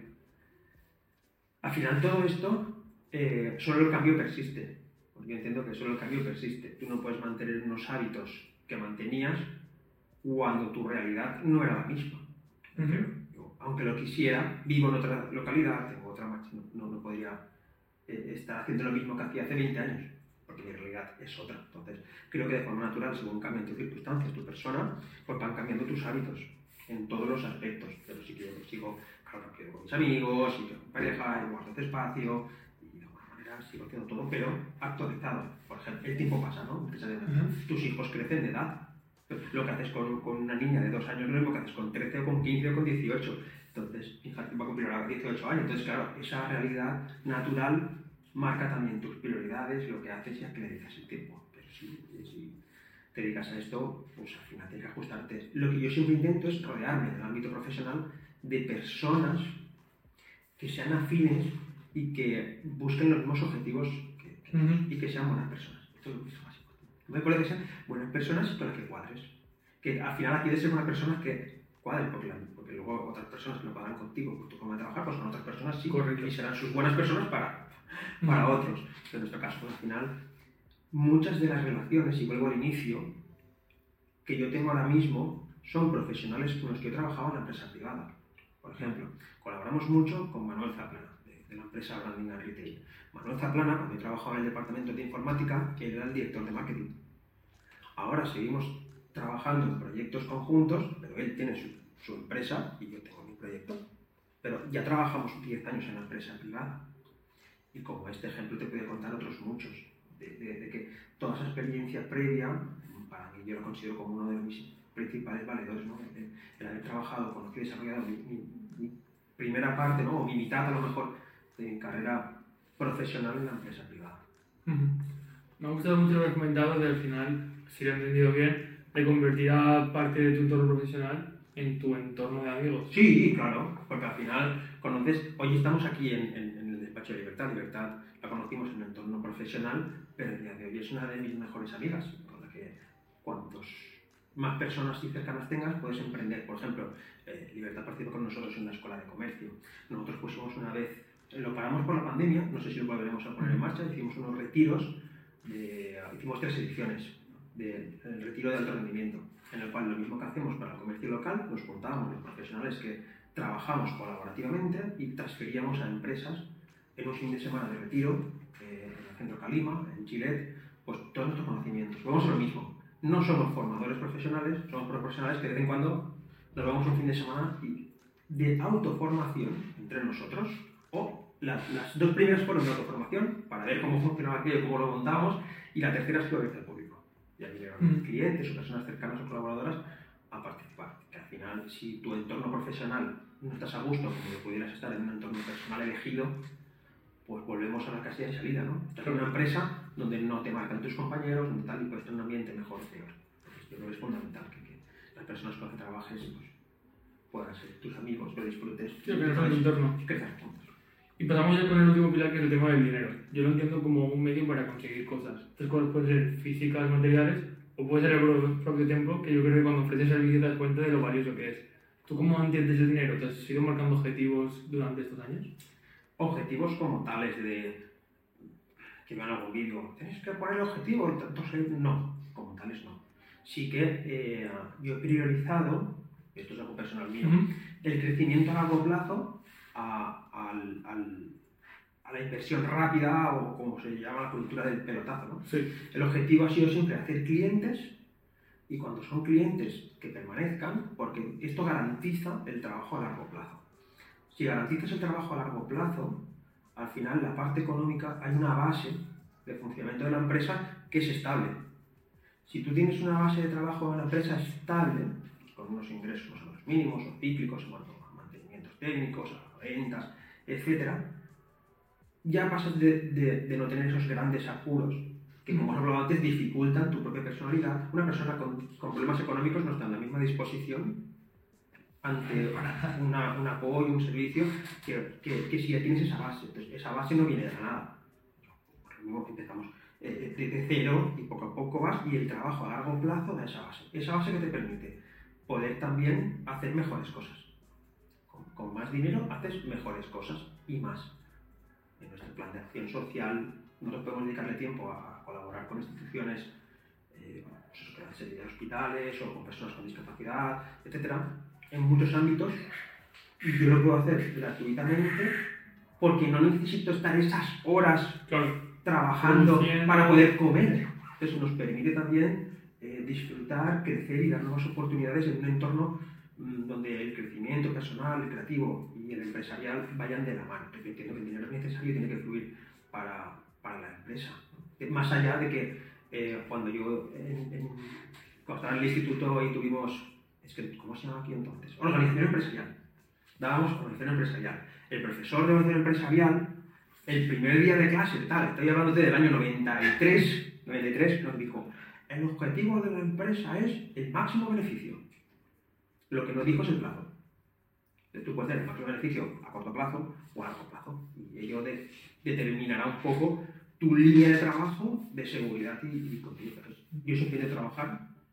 Al final todo esto, eh, solo el cambio persiste. Porque yo entiendo que solo el cambio persiste. Tú no puedes mantener unos hábitos que mantenías cuando tu realidad no era la misma. Uh-huh. Yo, aunque lo quisiera, vivo en otra localidad, tengo otra máquina, no, no podría eh, estar haciendo lo mismo que hacía hace veinte años. Porque mi realidad es otra. Entonces, creo que de forma natural, según cambian tus circunstancias, tu persona, pues van cambiando tus hábitos en todos los aspectos. Pero sí que yo sigo, claro, que con mis amigos, y con mi pareja, y guardo este espacio, y de alguna manera sigo haciendo todo, pero actualizado. Por ejemplo, el tiempo pasa, ¿no? Uh-huh. Tus hijos crecen de edad. Lo que haces con, con una niña de dos años no es lo que haces con trece o con quince o con dieciocho. Entonces, fíjate, va a cumplir ahora dieciocho años. Entonces, claro, esa realidad natural marca también tus prioridades, lo que haces y a qué le dedicas el tiempo. Pero si, si te dedicas a esto, pues al final tienes que ajustarte. Lo que yo siempre intento es rodearme en el ámbito profesional de personas que sean afines y que busquen los mismos objetivos que, que, uh-huh. y que sean buenas personas. Esto es lo más importante. Me parece que sean buenas personas con las que cuadres. Que al final aquí de ser buenas personas que cuadren, porque, la, porque luego otras personas que no cuadran contigo por tu forma de trabajar, pues con otras personas sí. Correcto. Y serán sus buenas personas para para otros. En nuestro caso, pues, al final, muchas de las relaciones, y vuelvo al inicio, que yo tengo ahora mismo, son profesionales con los que he trabajado en la empresa privada. Por ejemplo, colaboramos mucho con Manuel Zaplana, de, de la empresa Branding and Retail. Manuel Zaplana, cuando he trabajado en el departamento de informática, él era el director de marketing. Ahora seguimos trabajando en proyectos conjuntos, pero él tiene su, su empresa y yo tengo mi proyecto. Pero ya trabajamos diez años en la empresa privada. Y como este ejemplo te puedo contar otros muchos, de, de, de que toda esa experiencia previa, para mí yo lo considero como uno de mis principales valedores, ¿no? El, el haber trabajado, conocido y desarrollado mi, mi, mi primera parte, ¿no? O mi mitad a lo mejor de mi carrera profesional en la empresa privada. Uh-huh. Me ha gustado mucho lo que has comentado, de al final, si lo he entendido bien, de convertir a parte de tu entorno profesional en tu entorno de amigos. Sí, claro, porque al final conoces, hoy estamos aquí en, en, en el despacho de Libertad, Libertad la conocimos en un entorno profesional, pero el día de hoy es una de mis mejores amigas, con la que cuantos más personas y cercanas tengas puedes emprender. Por ejemplo, eh, Libertad participó con nosotros en una escuela de comercio. Nosotros pusimos una vez, lo paramos por la pandemia, no sé si lo volveremos a poner en marcha, hicimos unos retiros, de, hicimos tres ediciones del de, retiro de alto rendimiento, en el cual lo mismo que hacemos para el comercio local, nos juntábamos los profesionales que trabajamos colaborativamente y transferíamos a empresas en un fin de semana de retiro, eh, en el centro Calima, en Gilet, pues todos nuestros conocimientos. Vamos a lo mismo, no somos formadores profesionales, somos profesionales que de vez en cuando nos vamos un fin de semana y de autoformación entre nosotros, o las, las dos primeras fueron de autoformación, para ver cómo funcionaba aquello, cómo lo montamos, y la tercera es que lo abierta al público. Y ahí llegaron mm. clientes o personas cercanas o colaboradoras a participar. Que al final, si tu entorno profesional no estás a gusto, como lo pudieras estar en un entorno personal elegido, pues volvemos a la casilla de salida, ¿no? Estás en una empresa donde no te marcan tus compañeros, donde tal, y puedes tener un ambiente mejor o peor. Entonces, yo creo que es fundamental que, que las personas con las que trabajes pues, puedan ser tus amigos, que disfrutes. Sí, que no sea tu entorno. Y crecer juntos. Y pasamos ya con el último pilar, que es el tema del dinero. Yo lo entiendo como un medio para conseguir cosas. Estas cosas pueden ser físicas, materiales, o puede ser el propio tiempo, que yo creo que cuando ofreces servicio te das cuenta de lo valioso que es. ¿Tú cómo entiendes el dinero? ¿Te has ido marcando objetivos durante estos años? Objetivos como tales de... que vean algún vídeo, tenéis que poner objetivos, entonces no, como tales no. Sí que eh, yo he priorizado, esto es algo personal mío, uh-huh. el crecimiento a largo plazo a, al, al, a la inversión rápida o como se llama la cultura del pelotazo, ¿no? Sí. El objetivo ha sido siempre hacer clientes y cuando son clientes que permanezcan, porque esto garantiza el trabajo a largo plazo. Si garantizas el trabajo a largo plazo, al final la parte económica hay una base de funcionamiento de la empresa que es estable. Si tú tienes una base de trabajo de la empresa estable, con unos ingresos más o menos mínimos o cíclicos en cuanto a mantenimientos técnicos, a ventas, etcétera, ya pasas de, de, de no tener esos grandes apuros que, como os hablaba antes, dificultan tu propia personalidad. Una persona con, con problemas económicos no está en la misma disposición ante una, un apoyo, un servicio, que, que, que si ya tienes esa base. Entonces, esa base no viene de la nada. Empezamos eh, de, de cero y poco a poco vas, y el trabajo a largo plazo da esa base. Esa base que te permite poder también hacer mejores cosas. Con, con más dinero haces mejores cosas y más. En nuestro plan de acción social, nosotros podemos dedicarle tiempo a colaborar con instituciones, eh, pues, que hacen de hospitales o con personas con discapacidad, etcétera, en muchos ámbitos, y yo lo puedo hacer gratuitamente porque no necesito estar esas horas claro. trabajando para poder comer. Eso nos permite también eh, disfrutar, crecer y dar nuevas oportunidades en un entorno mmm, donde el crecimiento personal, el creativo y el empresarial vayan de la mano. Porque entiendo que el dinero es necesario y tiene que fluir para, para la empresa. Más allá de que eh, cuando yo en, en, cuando estaba en el instituto y tuvimos, es que, ¿cómo se llama aquí entonces? Organización empresarial. Dábamos organización empresarial. El profesor de organización empresarial, el primer día de clase, tal, estoy hablando del año noventa y tres, noventa y tres, nos dijo, el objetivo de la empresa es el máximo beneficio. Lo que nos dijo es el plazo. Tú puedes tener el máximo beneficio a corto plazo o a largo plazo. Y ello de, determinará un poco tu línea de trabajo de seguridad y, y continuidad. Yo siempre quiero trabajar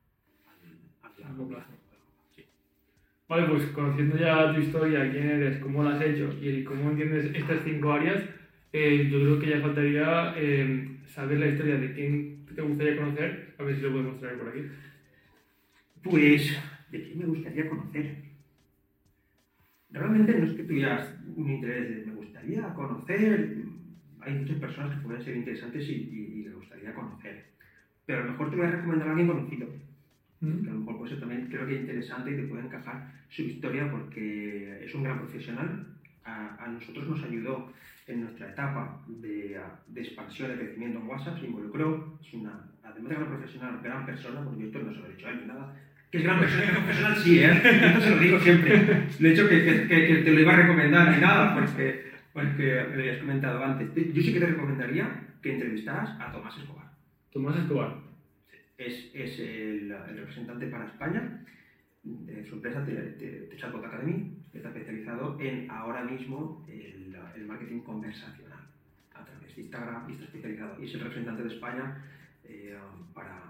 a largo plazo. Sí. Vale, pues conociendo ya tu historia, quién eres, cómo la has hecho y cómo entiendes estas cinco áreas, eh, yo creo que ya faltaría eh, saber la historia de quién te gustaría conocer, a ver si lo podemos traer por aquí. Pues, ¿de quién me gustaría conocer? Realmente no es que tuvieras un interés de me gustaría conocer, hay muchas personas que pueden ser interesantes y, y, y me gustaría conocer, pero a lo mejor te voy a recomendar a alguien conocido, mm. que a lo mejor puede ser también, creo que interesante y te puede encajar su historia porque es un gran profesional. A, a nosotros nos ayudó en nuestra etapa de, de expansión, de crecimiento en WhatsApp, se involucró, es una, además de gran profesional, gran persona, porque yo esto no se lo he dicho a él ni nada, que es gran persona, gran profesional sí, ¿eh? Esto se lo digo siempre. De hecho, que, que, que, que te lo iba a recomendar ni nada, porque, porque me lo habías comentado antes. Yo sí que te recomendaría que entrevistaras a Tomás Escobar. Tomás Escobar. Es, es el, el representante para España de su empresa, The Chatbot Academy, que está especializado en ahora mismo el, el marketing conversacional a través de Instagram, y está especializado. Y es el representante de España eh, para...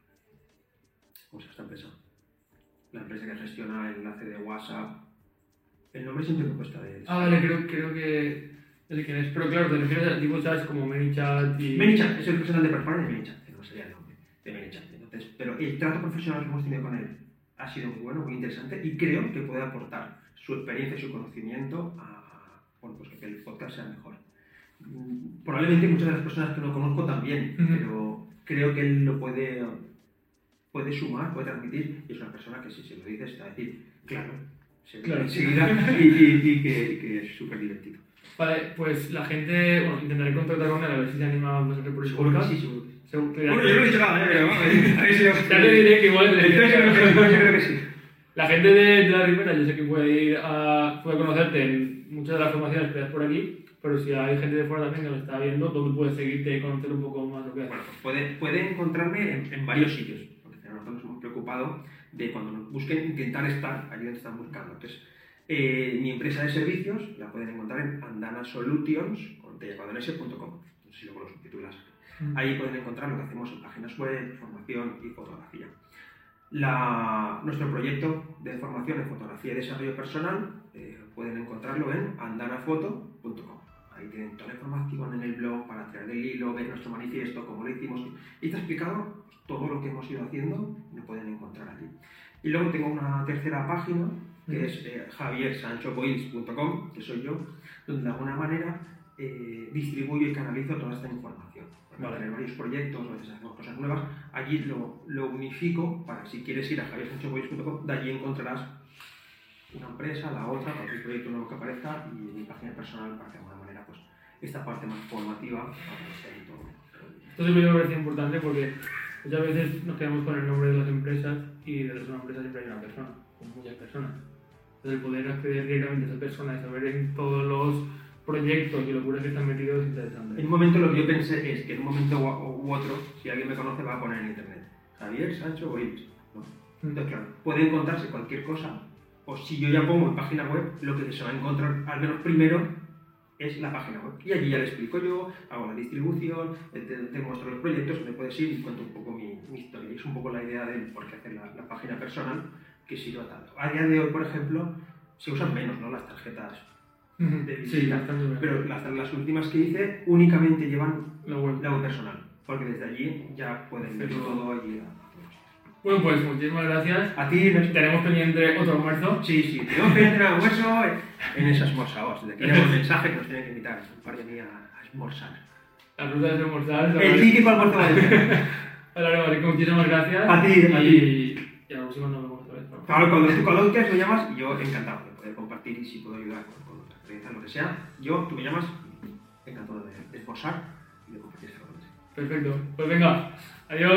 ¿Cómo se llama esta empresa? La empresa que gestiona el enlace de WhatsApp. El nombre siempre me cuesta de... Ah, vale, creo, creo que el que es, pero claro, te refieres a tipo chats como ManyChat y... ManyChat, es el representante para España de ManyChat, que no sería el nombre de ManyChat. Entonces, pero el trato profesional que hemos tenido con él ha sido muy bueno, muy interesante, y creo que puede aportar su experiencia y su conocimiento a, bueno, pues que el podcast sea mejor. Probablemente muchas de las personas que lo conozco también, uh-huh. pero creo que él lo puede... puede sumar, puede transmitir, y es una persona que si se lo dices te va a decir, claro, se claro. enseguida, y, y, y, que, y que es súper divertido. Vale, pues la gente, bueno, intentaré contactar con él a ver si se anima a pasar por el seguro podcast. Que sí, seguro que sí. Seguro que bueno, yo no he dicho nada, ¿eh? Pero vamos, a ver si... Ya te diré que igual... Entonces, yo creo que sí. La gente de, de la Ribera, yo sé que puede ir a, puede conocerte en muchas de las formaciones que das por aquí, pero si hay gente de fuera también que lo está viendo, ¿dónde puedes seguirte y conocer un poco más lo que haces? Bueno, pues puede, puede encontrarme en, en varios sitios, porque nosotros nos hemos preocupado de cuando nos busquen intentar estar allí donde están buscando. Entonces, eh, mi empresa de servicios la pueden encontrar en andanasolutions punto com. No sé si luego lo subtitulas. Mm. Ahí pueden encontrar lo que hacemos en páginas web, formación y fotografía. La, nuestro proyecto de formación en fotografía y desarrollo personal eh, pueden encontrarlo en andanafoto punto com. Ahí tienen toda la información en el blog para tirar del hilo, ver nuestro manifiesto, cómo lo hicimos. Y está explicado todo lo que hemos ido haciendo, lo pueden encontrar allí. Y luego tengo una tercera página, que mm. es eh, javier sancho boils punto com, que soy yo, donde de alguna manera eh, distribuyo y canalizo toda esta información. Vale. Tener varios proyectos, a veces hacemos cosas nuevas, allí lo, lo unifico para si quieres ir a javier sancho boils punto com, de allí encontrarás una empresa, la otra, cualquier proyecto nuevo que aparezca y mi página personal para que de alguna manera pues esta parte más formativa aparezca y todo. Esto sí me parece importante porque muchas veces nos quedamos con el nombre de las empresas y detrás de una empresa siempre hay una persona, con muchas personas. Entonces el poder acceder directamente a esa persona y saber en todos los proyectos y locuras que están metidos es interesante. En un momento lo que yo pensé es que en un momento u otro, si alguien me conoce va a poner en internet Javier Sancho Boils, ¿no? Entonces claro, puede encontrarse cualquier cosa. O si yo ya pongo en página web, lo que se va a encontrar, al menos primero, es la página web. Y allí ya le explico yo, hago la distribución, te, te muestro los proyectos, donde puedes ir y cuento un poco mi, mi historia. Y es un poco la idea de por qué hacer la, la página personal, que sirva tanto. A día de hoy, por ejemplo, se usan menos, ¿no?, las tarjetas de visita. Sí, pero las, las últimas que hice únicamente llevan la web, la web personal, porque desde allí ya pueden ver todo allí. Bueno, pues muchísimas gracias. A ti, ¿no? ¿Tenemos pendiente otro almuerzo? Sí, sí, tenemos pendiente un almuerzo en esas almorzadas. Desde aquí tenemos mensaje que nos tienen que invitar un par de días a almorzar. La ruta de almorzar. El típico almuerzo de Hablaremos, así que muchísimas gracias. A ti, y, a ti. Y a ver si nos vemos otra vez. Claro, cuando, cuando quieras me llamas y yo encantado de poder compartir y si puedo ayudar con, con otra experiencia, lo que sea. Yo, tú me llamas, encantado de, de esforzar y de compartir esta conversación. Perfecto. Pues venga, adiós.